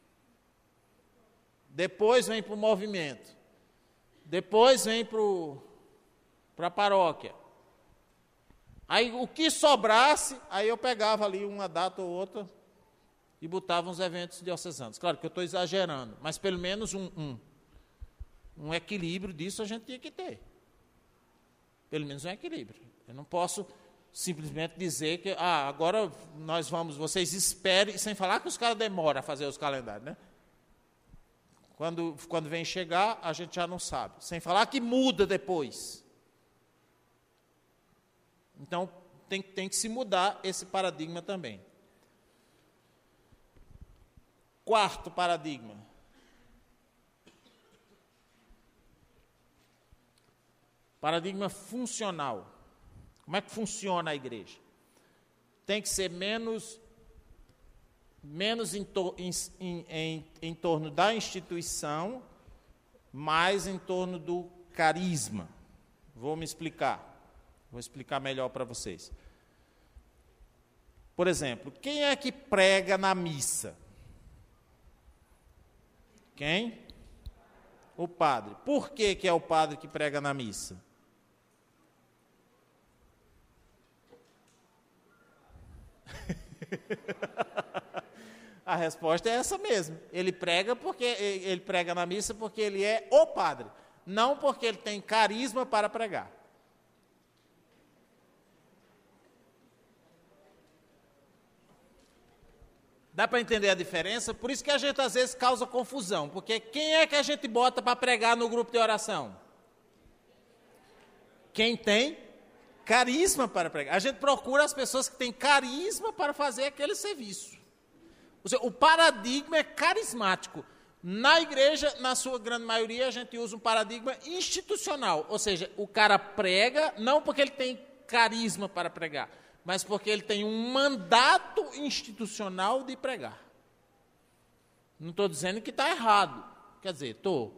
Depois vem para o movimento. Depois vem para a paróquia. Aí o que sobrasse, aí eu pegava ali uma data ou outra e botava uns eventos diocesanos. Claro que eu estou exagerando, mas pelo menos um equilíbrio disso a gente tinha que ter. Pelo menos um equilíbrio. Eu não posso simplesmente dizer que agora vocês esperem, sem falar que os caras demoram a fazer os calendários, né? Quando vem chegar, a gente já não sabe. Sem falar que muda depois. Então, tem que se mudar esse paradigma também. Quarto paradigma. Paradigma funcional. Como é que funciona a igreja? Tem que ser menos em torno da instituição, mais em torno do carisma. Vou me explicar. Vou explicar melhor para vocês. Por exemplo, quem é que prega na missa? Quem? O padre. Por que é o padre que prega na missa? A resposta é essa mesmo. Ele prega na missa porque ele é o padre, não porque ele tem carisma para pregar. Dá para entender a diferença? Por isso que a gente às vezes causa confusão, porque quem é que a gente bota para pregar no grupo de oração? Quem tem carisma para pregar. A gente procura as pessoas que têm carisma para fazer aquele serviço. Ou seja, o paradigma é carismático. Na igreja, na sua grande maioria, a gente usa um paradigma institucional. Ou seja, o cara prega não porque ele tem carisma para pregar, mas porque ele tem um mandato institucional de pregar. Não estou dizendo que está errado. Quer dizer, estou.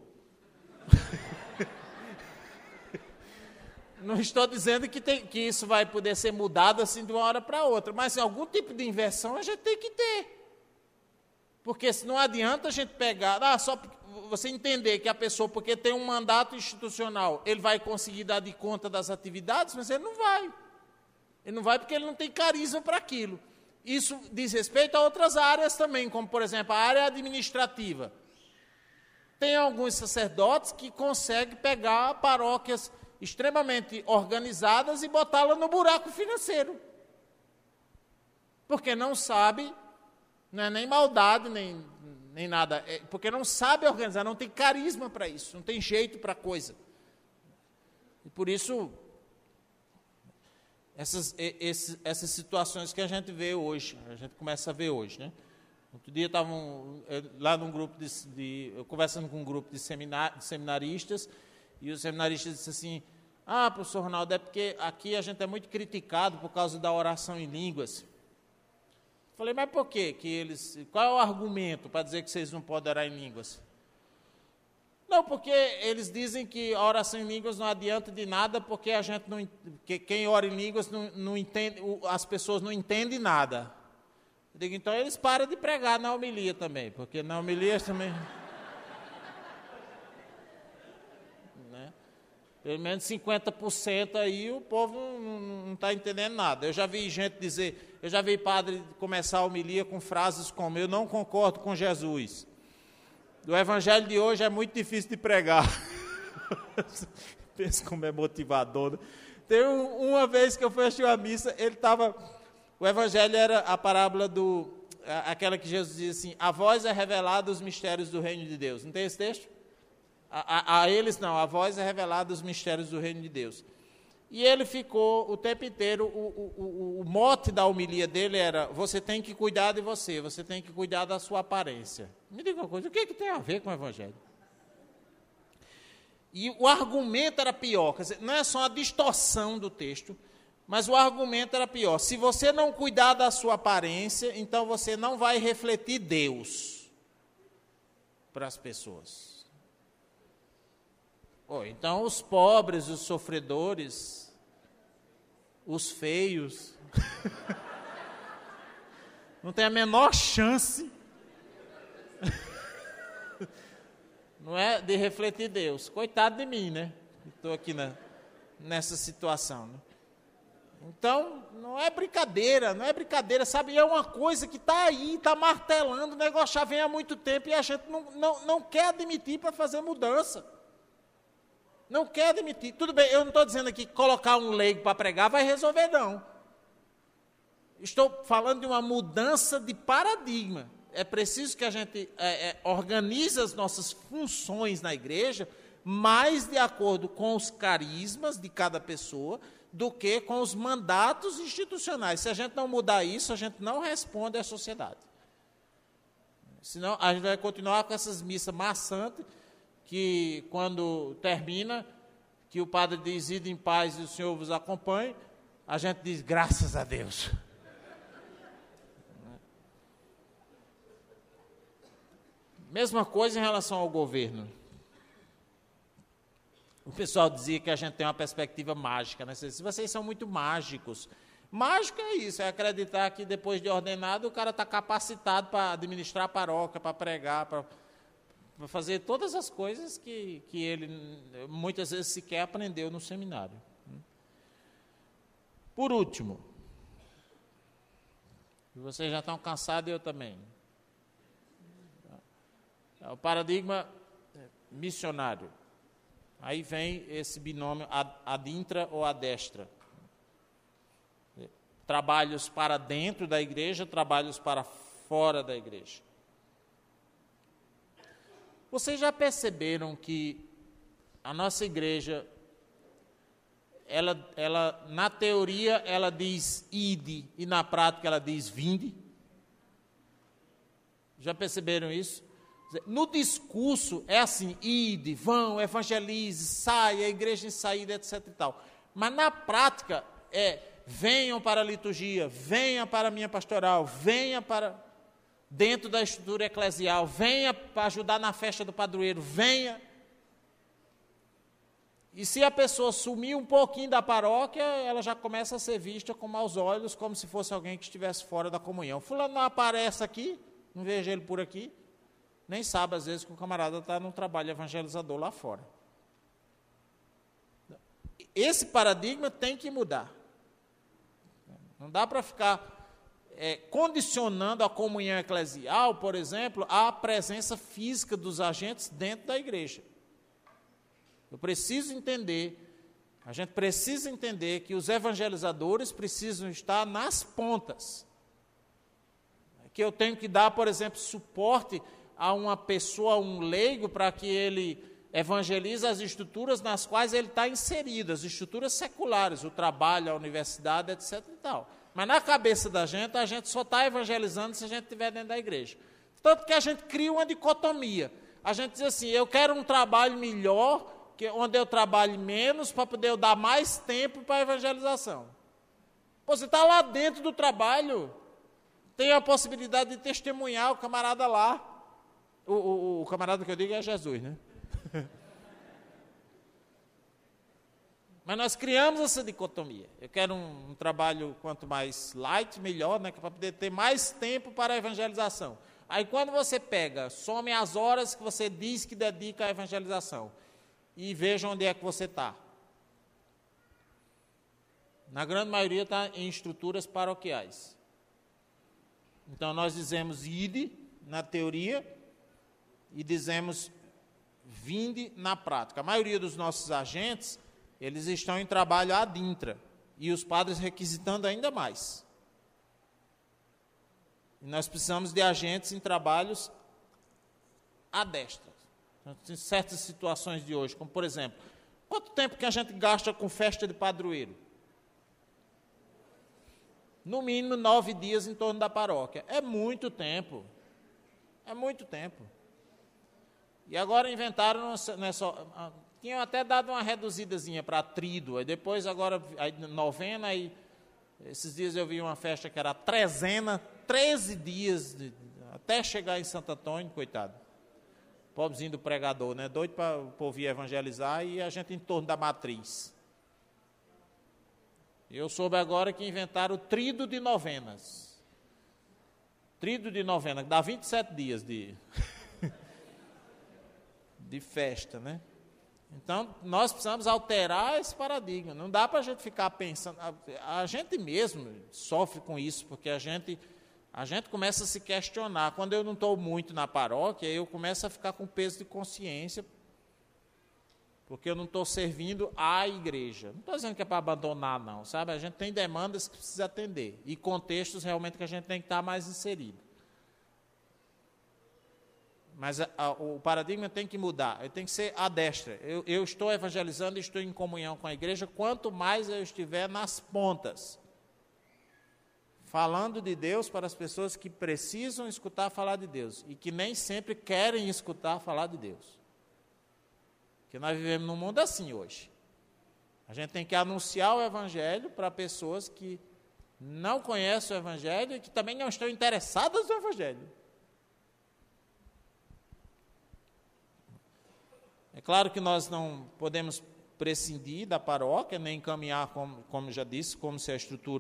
Não estou dizendo que isso vai poder ser mudado assim de uma hora para outra, mas algum tipo de inversão a gente tem que ter. Porque se não adianta a gente pegar, só você entender que a pessoa, porque tem um mandato institucional, ele vai conseguir dar de conta das atividades, mas ele não vai. Ele não vai porque ele não tem carisma para aquilo. Isso diz respeito a outras áreas também, como, por exemplo, a área administrativa. Tem alguns sacerdotes que conseguem pegar paróquias extremamente organizadas e botá-la no buraco financeiro. Porque não sabe, não é nem maldade, nem nada, porque não sabe organizar, não tem carisma para isso, não tem jeito para a coisa. E por isso, essas situações que a gente vê hoje, a gente começa a ver hoje, né? Outro dia estavam lá num grupo eu conversando com um grupo de seminaristas, e os seminaristas disseram assim: professor Ronaldo, é porque aqui a gente é muito criticado por causa da oração em línguas. Falei, mas por quê? Qual é o argumento para dizer que vocês não podem orar em línguas? Não, porque eles dizem que a oração em línguas não adianta de nada, porque a gente que quem ora em línguas não entende, as pessoas não entendem nada. Eu digo, então eles param de pregar na homilia também, porque na homilia também... né? Pelo menos 50% aí o povo não está entendendo nada. Eu já vi gente dizer, eu já vi padre começar a homilia com frases como: eu não concordo com Jesus. O evangelho de hoje é muito difícil de pregar. Pensa como é motivador. Né? Tem uma vez que eu fui assistir uma missa, o evangelho era a parábola aquela que Jesus diz assim: a vós é revelado os mistérios do reino de Deus. Não tem esse texto? A eles não, a vós é revelado os mistérios do reino de Deus. E ele ficou o tempo inteiro, o mote da homilia dele era: você tem que cuidar de você tem que cuidar da sua aparência. Me diga uma coisa, o que tem a ver com o evangelho? E o argumento era pior, quer dizer, não é só a distorção do texto, mas o argumento era pior. Se você não cuidar da sua aparência, então você não vai refletir Deus para as pessoas. Então os pobres, os sofredores, os feios, não tem a menor chance, não é, de refletir Deus. Coitado de mim, né? Estou aqui nessa situação. Né? Então, não é brincadeira, sabe? É uma coisa que está aí, está martelando, o negócio já vem há muito tempo e a gente não quer admitir para fazer mudança. Não quer admitir. Tudo bem, eu não estou dizendo aqui que colocar um leigo para pregar vai resolver, não. Estou falando de uma mudança de paradigma. É preciso que a gente organize as nossas funções na igreja mais de acordo com os carismas de cada pessoa do que com os mandatos institucionais. Se a gente não mudar isso, a gente não responde à sociedade. Senão, a gente vai continuar com essas missas maçantes, que quando termina, que o padre diz: ide em paz e o Senhor vos acompanhe, a gente diz: graças a Deus. Mesma coisa em relação ao governo. O pessoal dizia que a gente tem uma perspectiva mágica, né? Se vocês são muito mágicos. Mágico é isso, é acreditar que depois de ordenado o cara está capacitado para administrar a paróquia, para pregar, para fazer todas as coisas que ele muitas vezes sequer aprendeu no seminário. Por último, vocês já estão cansados e eu também. O paradigma missionário. Aí vem esse binômio ad intra ou ad extra. Trabalhos para dentro da igreja, trabalhos para fora da igreja. Vocês já perceberam que a nossa igreja, ela na teoria, ela diz ide, e na prática ela diz vinde? Já perceberam isso? No discurso é assim: ide, vão, evangelize, saia, a igreja em saída, etc. e tal. Mas na prática venham para a liturgia, venha para a minha pastoral, venha para dentro da estrutura eclesial, venha para ajudar na festa do padroeiro, venha. E se a pessoa sumir um pouquinho da paróquia, ela já começa a ser vista com maus olhos, como se fosse alguém que estivesse fora da comunhão. Fulano não aparece aqui, não vejo ele por aqui, nem sabe às vezes que o camarada está num trabalho evangelizador lá fora. Esse paradigma tem que mudar. Não dá para ficar condicionando a comunhão eclesial, por exemplo, à presença física dos agentes dentro da igreja. A gente precisa entender que os evangelizadores precisam estar nas pontas. Que eu tenho que dar, por exemplo, suporte a uma pessoa, a um leigo, para que ele evangelize as estruturas nas quais ele está inserido, as estruturas seculares, o trabalho, a universidade, etc. e tal. Mas na cabeça da gente, a gente só está evangelizando se a gente estiver dentro da igreja. Tanto que a gente cria uma dicotomia. A gente diz assim: eu quero um trabalho melhor, onde eu trabalhe menos, para poder eu dar mais tempo para a evangelização. Pô, você está lá dentro do trabalho, tem a possibilidade de testemunhar o camarada lá. O camarada que eu digo é Jesus, né? Mas nós criamos essa dicotomia. Eu quero um trabalho quanto mais light, melhor, né, para poder ter mais tempo para a evangelização. Aí quando você pega, some as horas que você diz que dedica à evangelização e veja onde é que você está. Na grande maioria está em estruturas paroquiais. Então nós dizemos ide na teoria e dizemos vinde na prática. A maioria dos nossos agentes, eles estão em trabalho ad intra e os padres requisitando ainda mais. E nós precisamos de agentes em trabalhos ad extra. Então, tem certas situações de hoje, como por exemplo, quanto tempo que a gente gasta com festa de padroeiro? No mínimo 9 dias em torno da paróquia. É muito tempo. É muito tempo. E agora inventaram, tinham até dado uma reduzidazinha para tríduo, aí depois agora, aí, novena, aí, esses dias eu vi uma festa que era trezena, 13 dias, até chegar em Santo Antônio, coitado. Pobrezinho do pregador, né? Doido para o povo ir evangelizar e a gente em torno da matriz. Eu soube agora que inventaram o tríduo de novenas. Tríduo de novena, que dá 27 dias de festa, né? Então, nós precisamos alterar esse paradigma. Não dá para a gente ficar pensando... A gente mesmo sofre com isso, porque a gente começa a se questionar. Quando eu não estou muito na paróquia, eu começo a ficar com peso de consciência, porque eu não estou servindo à igreja. Não estou dizendo que é para abandonar, não, sabe? A gente tem demandas que precisa atender, e contextos realmente que a gente tem que estar mais inserido. Mas o paradigma tem que mudar, ele tem que ser à destra. Eu estou evangelizando e estou em comunhão com a igreja, quanto mais eu estiver nas pontas, falando de Deus para as pessoas que precisam escutar falar de Deus, e que nem sempre querem escutar falar de Deus. Porque nós vivemos num mundo assim hoje. A gente tem que anunciar o Evangelho para pessoas que não conhecem o Evangelho e que também não estão interessadas no Evangelho. É claro que nós não podemos prescindir da paróquia, nem caminhar, como já disse, como se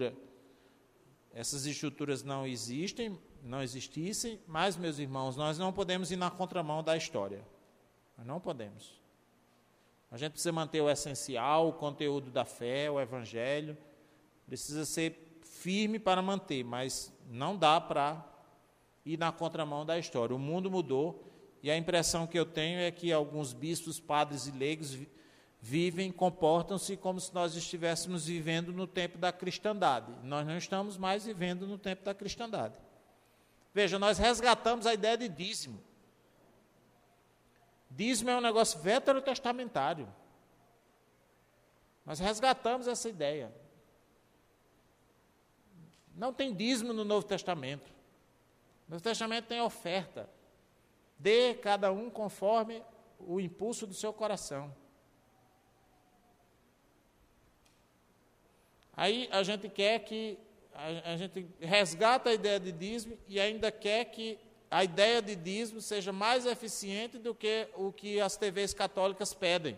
essas estruturas não existissem, mas, meus irmãos, nós não podemos ir na contramão da história. Nós não podemos. A gente precisa manter o essencial, o conteúdo da fé, o Evangelho. Precisa ser firme para manter, mas não dá para ir na contramão da história. O mundo mudou. E a impressão que eu tenho é que alguns bispos, padres e leigos vivem, comportam-se como se nós estivéssemos vivendo no tempo da cristandade. Nós não estamos mais vivendo no tempo da cristandade. Veja, nós resgatamos a ideia de dízimo. Dízimo é um negócio veterotestamentário. Nós resgatamos essa ideia. Não tem dízimo no Novo Testamento. No Novo Testamento tem oferta. Dê cada um conforme o impulso do seu coração. Aí a gente quer que, a gente resgata a ideia de dízimo e ainda quer que a ideia de dízimo seja mais eficiente do que o que as TVs católicas pedem.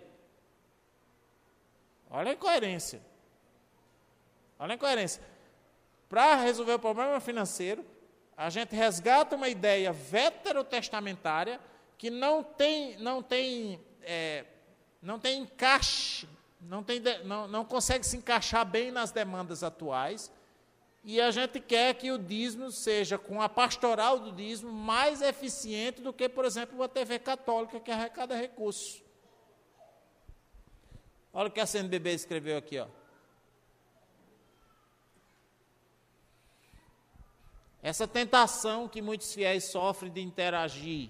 Olha a incoerência. Olha a incoerência. Para resolver o problema financeiro, a gente resgata uma ideia veterotestamentária que não tem encaixe, não consegue se encaixar bem nas demandas atuais, e a gente quer que o dízimo seja, com a pastoral do dízimo, mais eficiente do que, por exemplo, uma TV católica que arrecada recursos. Olha o que a CNBB escreveu aqui, ó. Essa tentação que muitos fiéis sofrem de interagir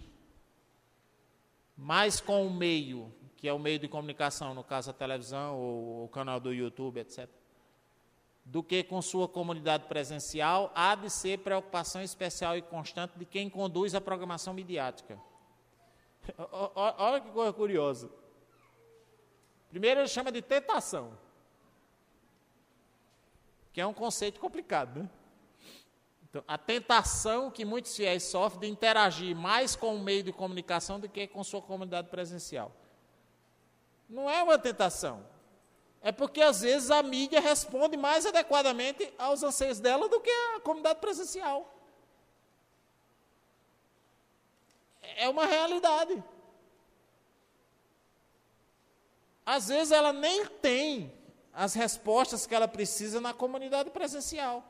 mais com o meio, que é o meio de comunicação, no caso a televisão ou o canal do YouTube, etc., do que com sua comunidade presencial, há de ser preocupação especial e constante de quem conduz a programação midiática. Olha que coisa curiosa. Primeiro ele chama de tentação, que é um conceito complicado, né? Então, a tentação que muitos fiéis sofrem de interagir mais com o meio de comunicação do que com sua comunidade presencial. Não é uma tentação. É porque, às vezes, a mídia responde mais adequadamente aos anseios dela do que a comunidade presencial. É uma realidade. Às vezes, ela nem tem as respostas que ela precisa na comunidade presencial.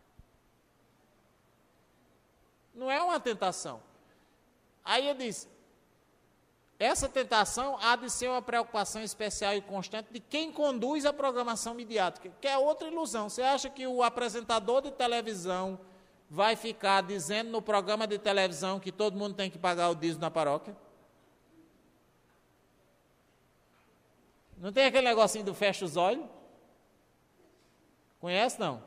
Não é uma tentação. Aí eu disse, essa tentação há de ser uma preocupação especial e constante de quem conduz a programação midiática, que é outra ilusão. Você acha que o apresentador de televisão vai ficar dizendo no programa de televisão que todo mundo tem que pagar o dízimo na paróquia? Não tem aquele negocinho do fecha os olhos? Conhece, não?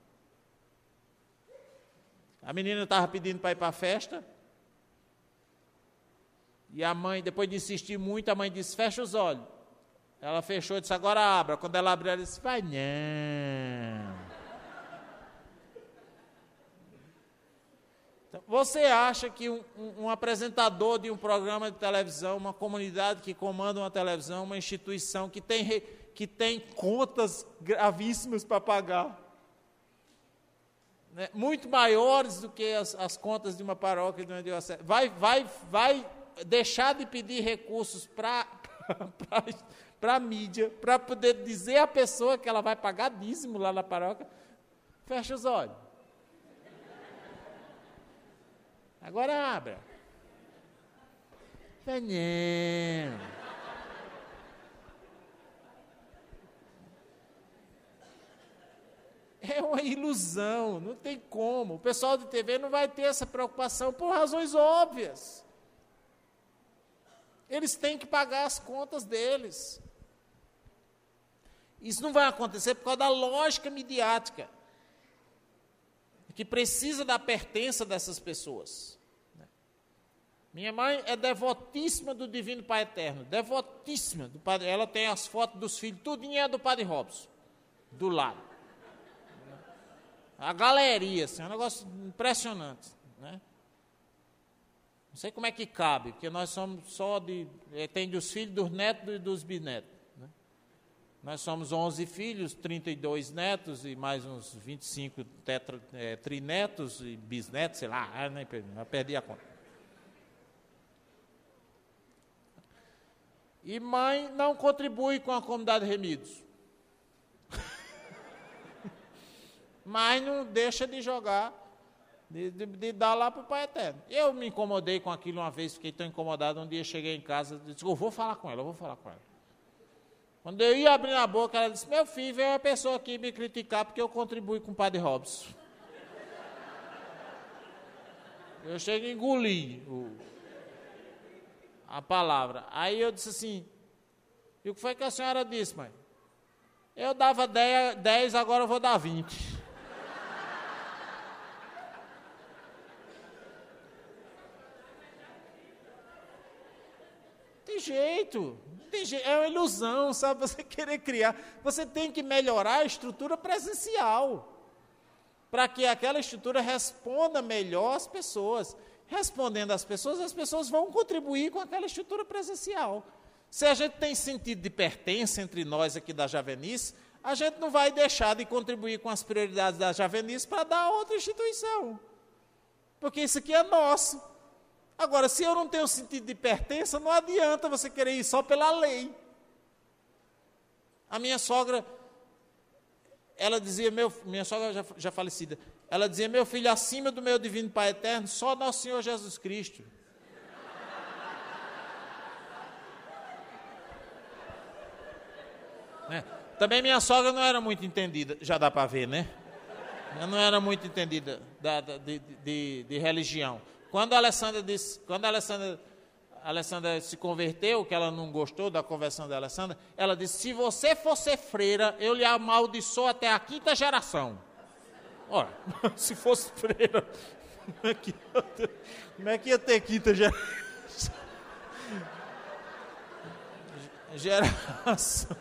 A menina estava pedindo para ir para a festa. E a mãe, depois de insistir muito, a mãe disse, fecha os olhos. Ela fechou e disse, agora abra. Quando ela abriu, ela disse, vai não. Então, você acha que um apresentador de um programa de televisão, uma comunidade que comanda uma televisão, uma instituição que tem contas gravíssimas para pagar, né, muito maiores do que as contas de uma paróquia, de uma diocese, vai deixar de pedir recursos para a mídia, para poder dizer à pessoa que ela vai pagar dízimo lá na paróquia? Fecha os olhos. Agora abra. Venham. É uma ilusão, não tem como. O pessoal de TV não vai ter essa preocupação por razões óbvias. Eles têm que pagar as contas deles. Isso não vai acontecer por causa da lógica midiática, que precisa da pertença dessas pessoas. Minha mãe é devotíssima do Divino Pai Eterno, devotíssima do Padre. Ela tem as fotos dos filhos, tudinho é do Padre Robson, do lado. A galeria, assim, é um negócio impressionante, né? Não sei como é que cabe, porque nós somos só tem dos filhos, dos netos e dos bisnetos, né? Nós somos 11 filhos, 32 netos e mais uns 25 trinetos e bisnetos, sei lá, eu perdi a conta. E mãe não contribui com a comunidade Remidos. Mas não deixa de jogar, de dar lá para o Pai Eterno. Eu me incomodei com aquilo uma vez, fiquei tão incomodado, um dia cheguei em casa e disse, eu vou falar com ela. Quando eu ia abrir a boca, ela disse, meu filho, veio uma pessoa aqui me criticar porque eu contribuí com o Padre Robson. Eu chego e engoli a palavra. Aí eu disse assim, e o que foi que a senhora disse, mãe? Eu dava 10, agora eu vou dar 20. Tem jeito, é uma ilusão, sabe? Você querer criar, você tem que melhorar a estrutura presencial, para que aquela estrutura responda melhor às pessoas. Respondendo às pessoas, as pessoas vão contribuir com aquela estrutura presencial. Se a gente tem sentido de pertença entre nós aqui da Javenice, a gente não vai deixar de contribuir com as prioridades da Javenice para dar a outra instituição, porque isso aqui é nosso. Agora, se eu não tenho sentido de pertença, não adianta você querer ir só pela lei. A minha sogra, ela dizia, minha sogra já falecida, ela dizia, meu filho, acima do meu divino Pai Eterno, só nosso Senhor Jesus Cristo. Né? Também minha sogra não era muito entendida, já dá para ver, né? Ela não era muito entendida de religião. Quando a Alessandra se converteu, que ela não gostou da conversão da Alessandra, ela disse, se você for ser freira, eu lhe amaldiçoo até a 5ª geração. Ora, se fosse freira, como é que ia ter 5ª geração?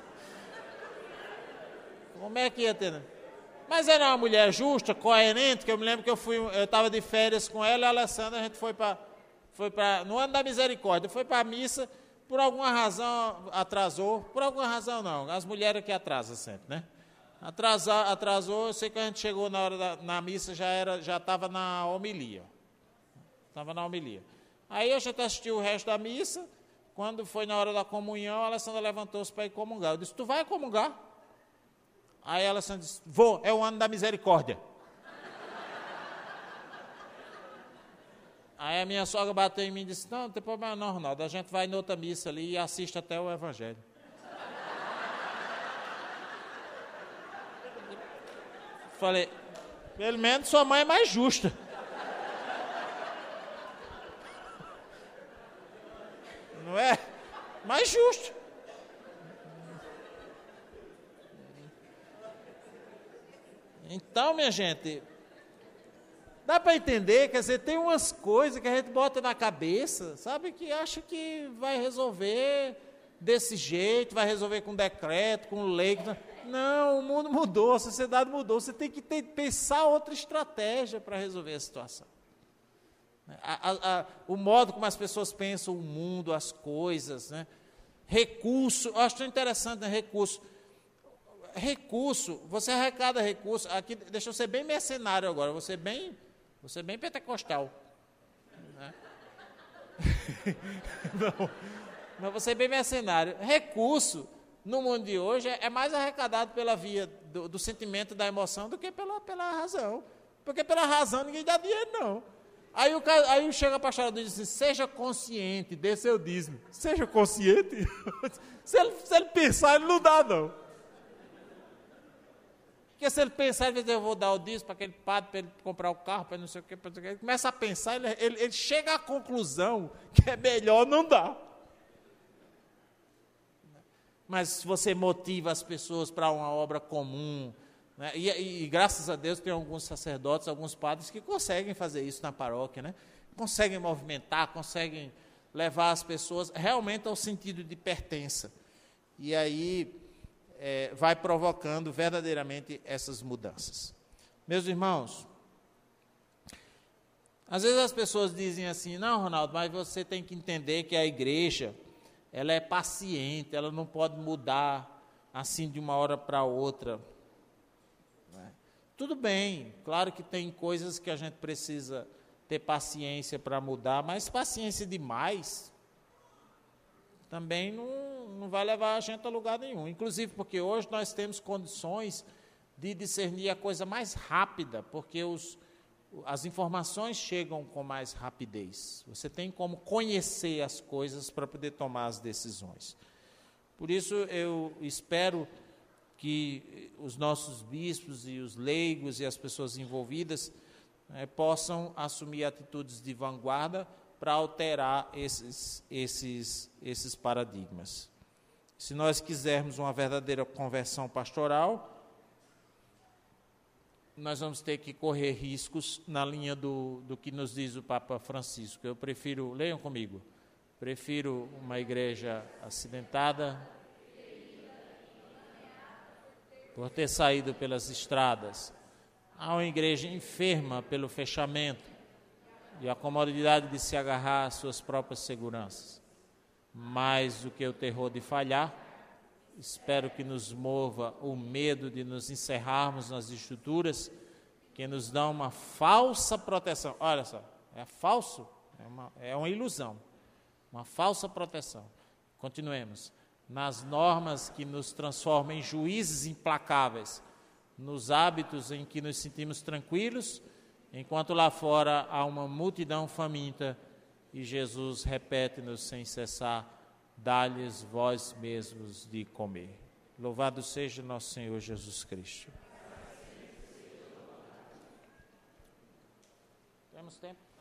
Como é que ia ter, né? Mas era uma mulher justa, coerente, que eu me lembro que eu estava de férias com ela e a Alessandra, a gente foi para no ano da misericórdia, foi para a missa, por alguma razão atrasou, por alguma razão não, as mulheres que atrasam sempre, né? Atrasou, eu sei que a gente chegou na hora na missa, já estava na homilia. Aí a gente assistiu o resto da missa, quando foi na hora da comunhão, a Alessandra levantou-se para ir comungar. Eu disse, tu vai comungar? Aí ela disse, vou, é o ano da misericórdia. Aí a minha sogra bateu em mim e disse, não tem problema não, Ronaldo, a gente vai em outra missa ali e assiste até o evangelho. Falei, pelo menos sua mãe é mais justa. Não é? Mais justo. Então, minha gente, dá para entender, quer dizer, tem umas coisas que a gente bota na cabeça, sabe, que acha que vai resolver desse jeito, vai resolver com decreto, com lei. Não, o mundo mudou, a sociedade mudou, você tem que pensar outra estratégia para resolver a situação. O modo como as pessoas pensam o mundo, as coisas, né? Recurso, eu acho tão interessante, né? Recurso, você arrecada recurso, aqui, deixa eu ser bem mercenário agora, você bem pentecostal. Né? Não, mas você é bem mercenário. Recurso, no mundo de hoje, é mais arrecadado pela via do sentimento, da emoção, do que pela razão. Porque pela razão ninguém dá dinheiro, não. Aí chega a pastoral e diz assim, seja consciente, dê seu dízimo. Seja consciente? se ele pensar, ele não dá, não. Porque se ele pensar, ele diz, eu vou dar o dízimo para aquele padre, para ele comprar o carro, para não sei o quê, ele começa a pensar, ele chega à conclusão que é melhor não dar. Mas se você motiva as pessoas para uma obra comum, né? E graças a Deus tem alguns sacerdotes, alguns padres que conseguem fazer isso na paróquia, né? Conseguem movimentar, conseguem levar as pessoas realmente ao sentido de pertença. E aí vai provocando verdadeiramente essas mudanças. Meus irmãos, às vezes as pessoas dizem assim, não, Ronaldo, mas você tem que entender que a igreja, ela é paciente, ela não pode mudar assim de uma hora para outra. Tudo bem, claro que tem coisas que a gente precisa ter paciência para mudar, mas paciência demais também não vai levar a gente a lugar nenhum. Inclusive porque hoje nós temos condições de discernir a coisa mais rápida, porque as informações chegam com mais rapidez. Você tem como conhecer as coisas para poder tomar as decisões. Por isso eu espero que os nossos bispos e os leigos e as pessoas envolvidas possam assumir atitudes de vanguarda para alterar esses paradigmas. Se nós quisermos uma verdadeira conversão pastoral, nós vamos ter que correr riscos na linha do que nos diz o Papa Francisco. Eu prefiro, leiam comigo, prefiro uma igreja acidentada por ter saído pelas estradas, a uma igreja enferma pelo fechamento e a comodidade de se agarrar às suas próprias seguranças. Mais do que o terror de falhar, espero que nos mova o medo de nos encerrarmos nas estruturas que nos dão uma falsa proteção. Olha só, é falso, é uma ilusão, uma falsa proteção. Continuemos. Nas normas que nos transformam em juízes implacáveis, nos hábitos em que nos sentimos tranquilos, enquanto lá fora há uma multidão faminta e Jesus repete-nos sem cessar, dá-lhes vós mesmos de comer. Louvado seja nosso Senhor Jesus Cristo. Temos tempo?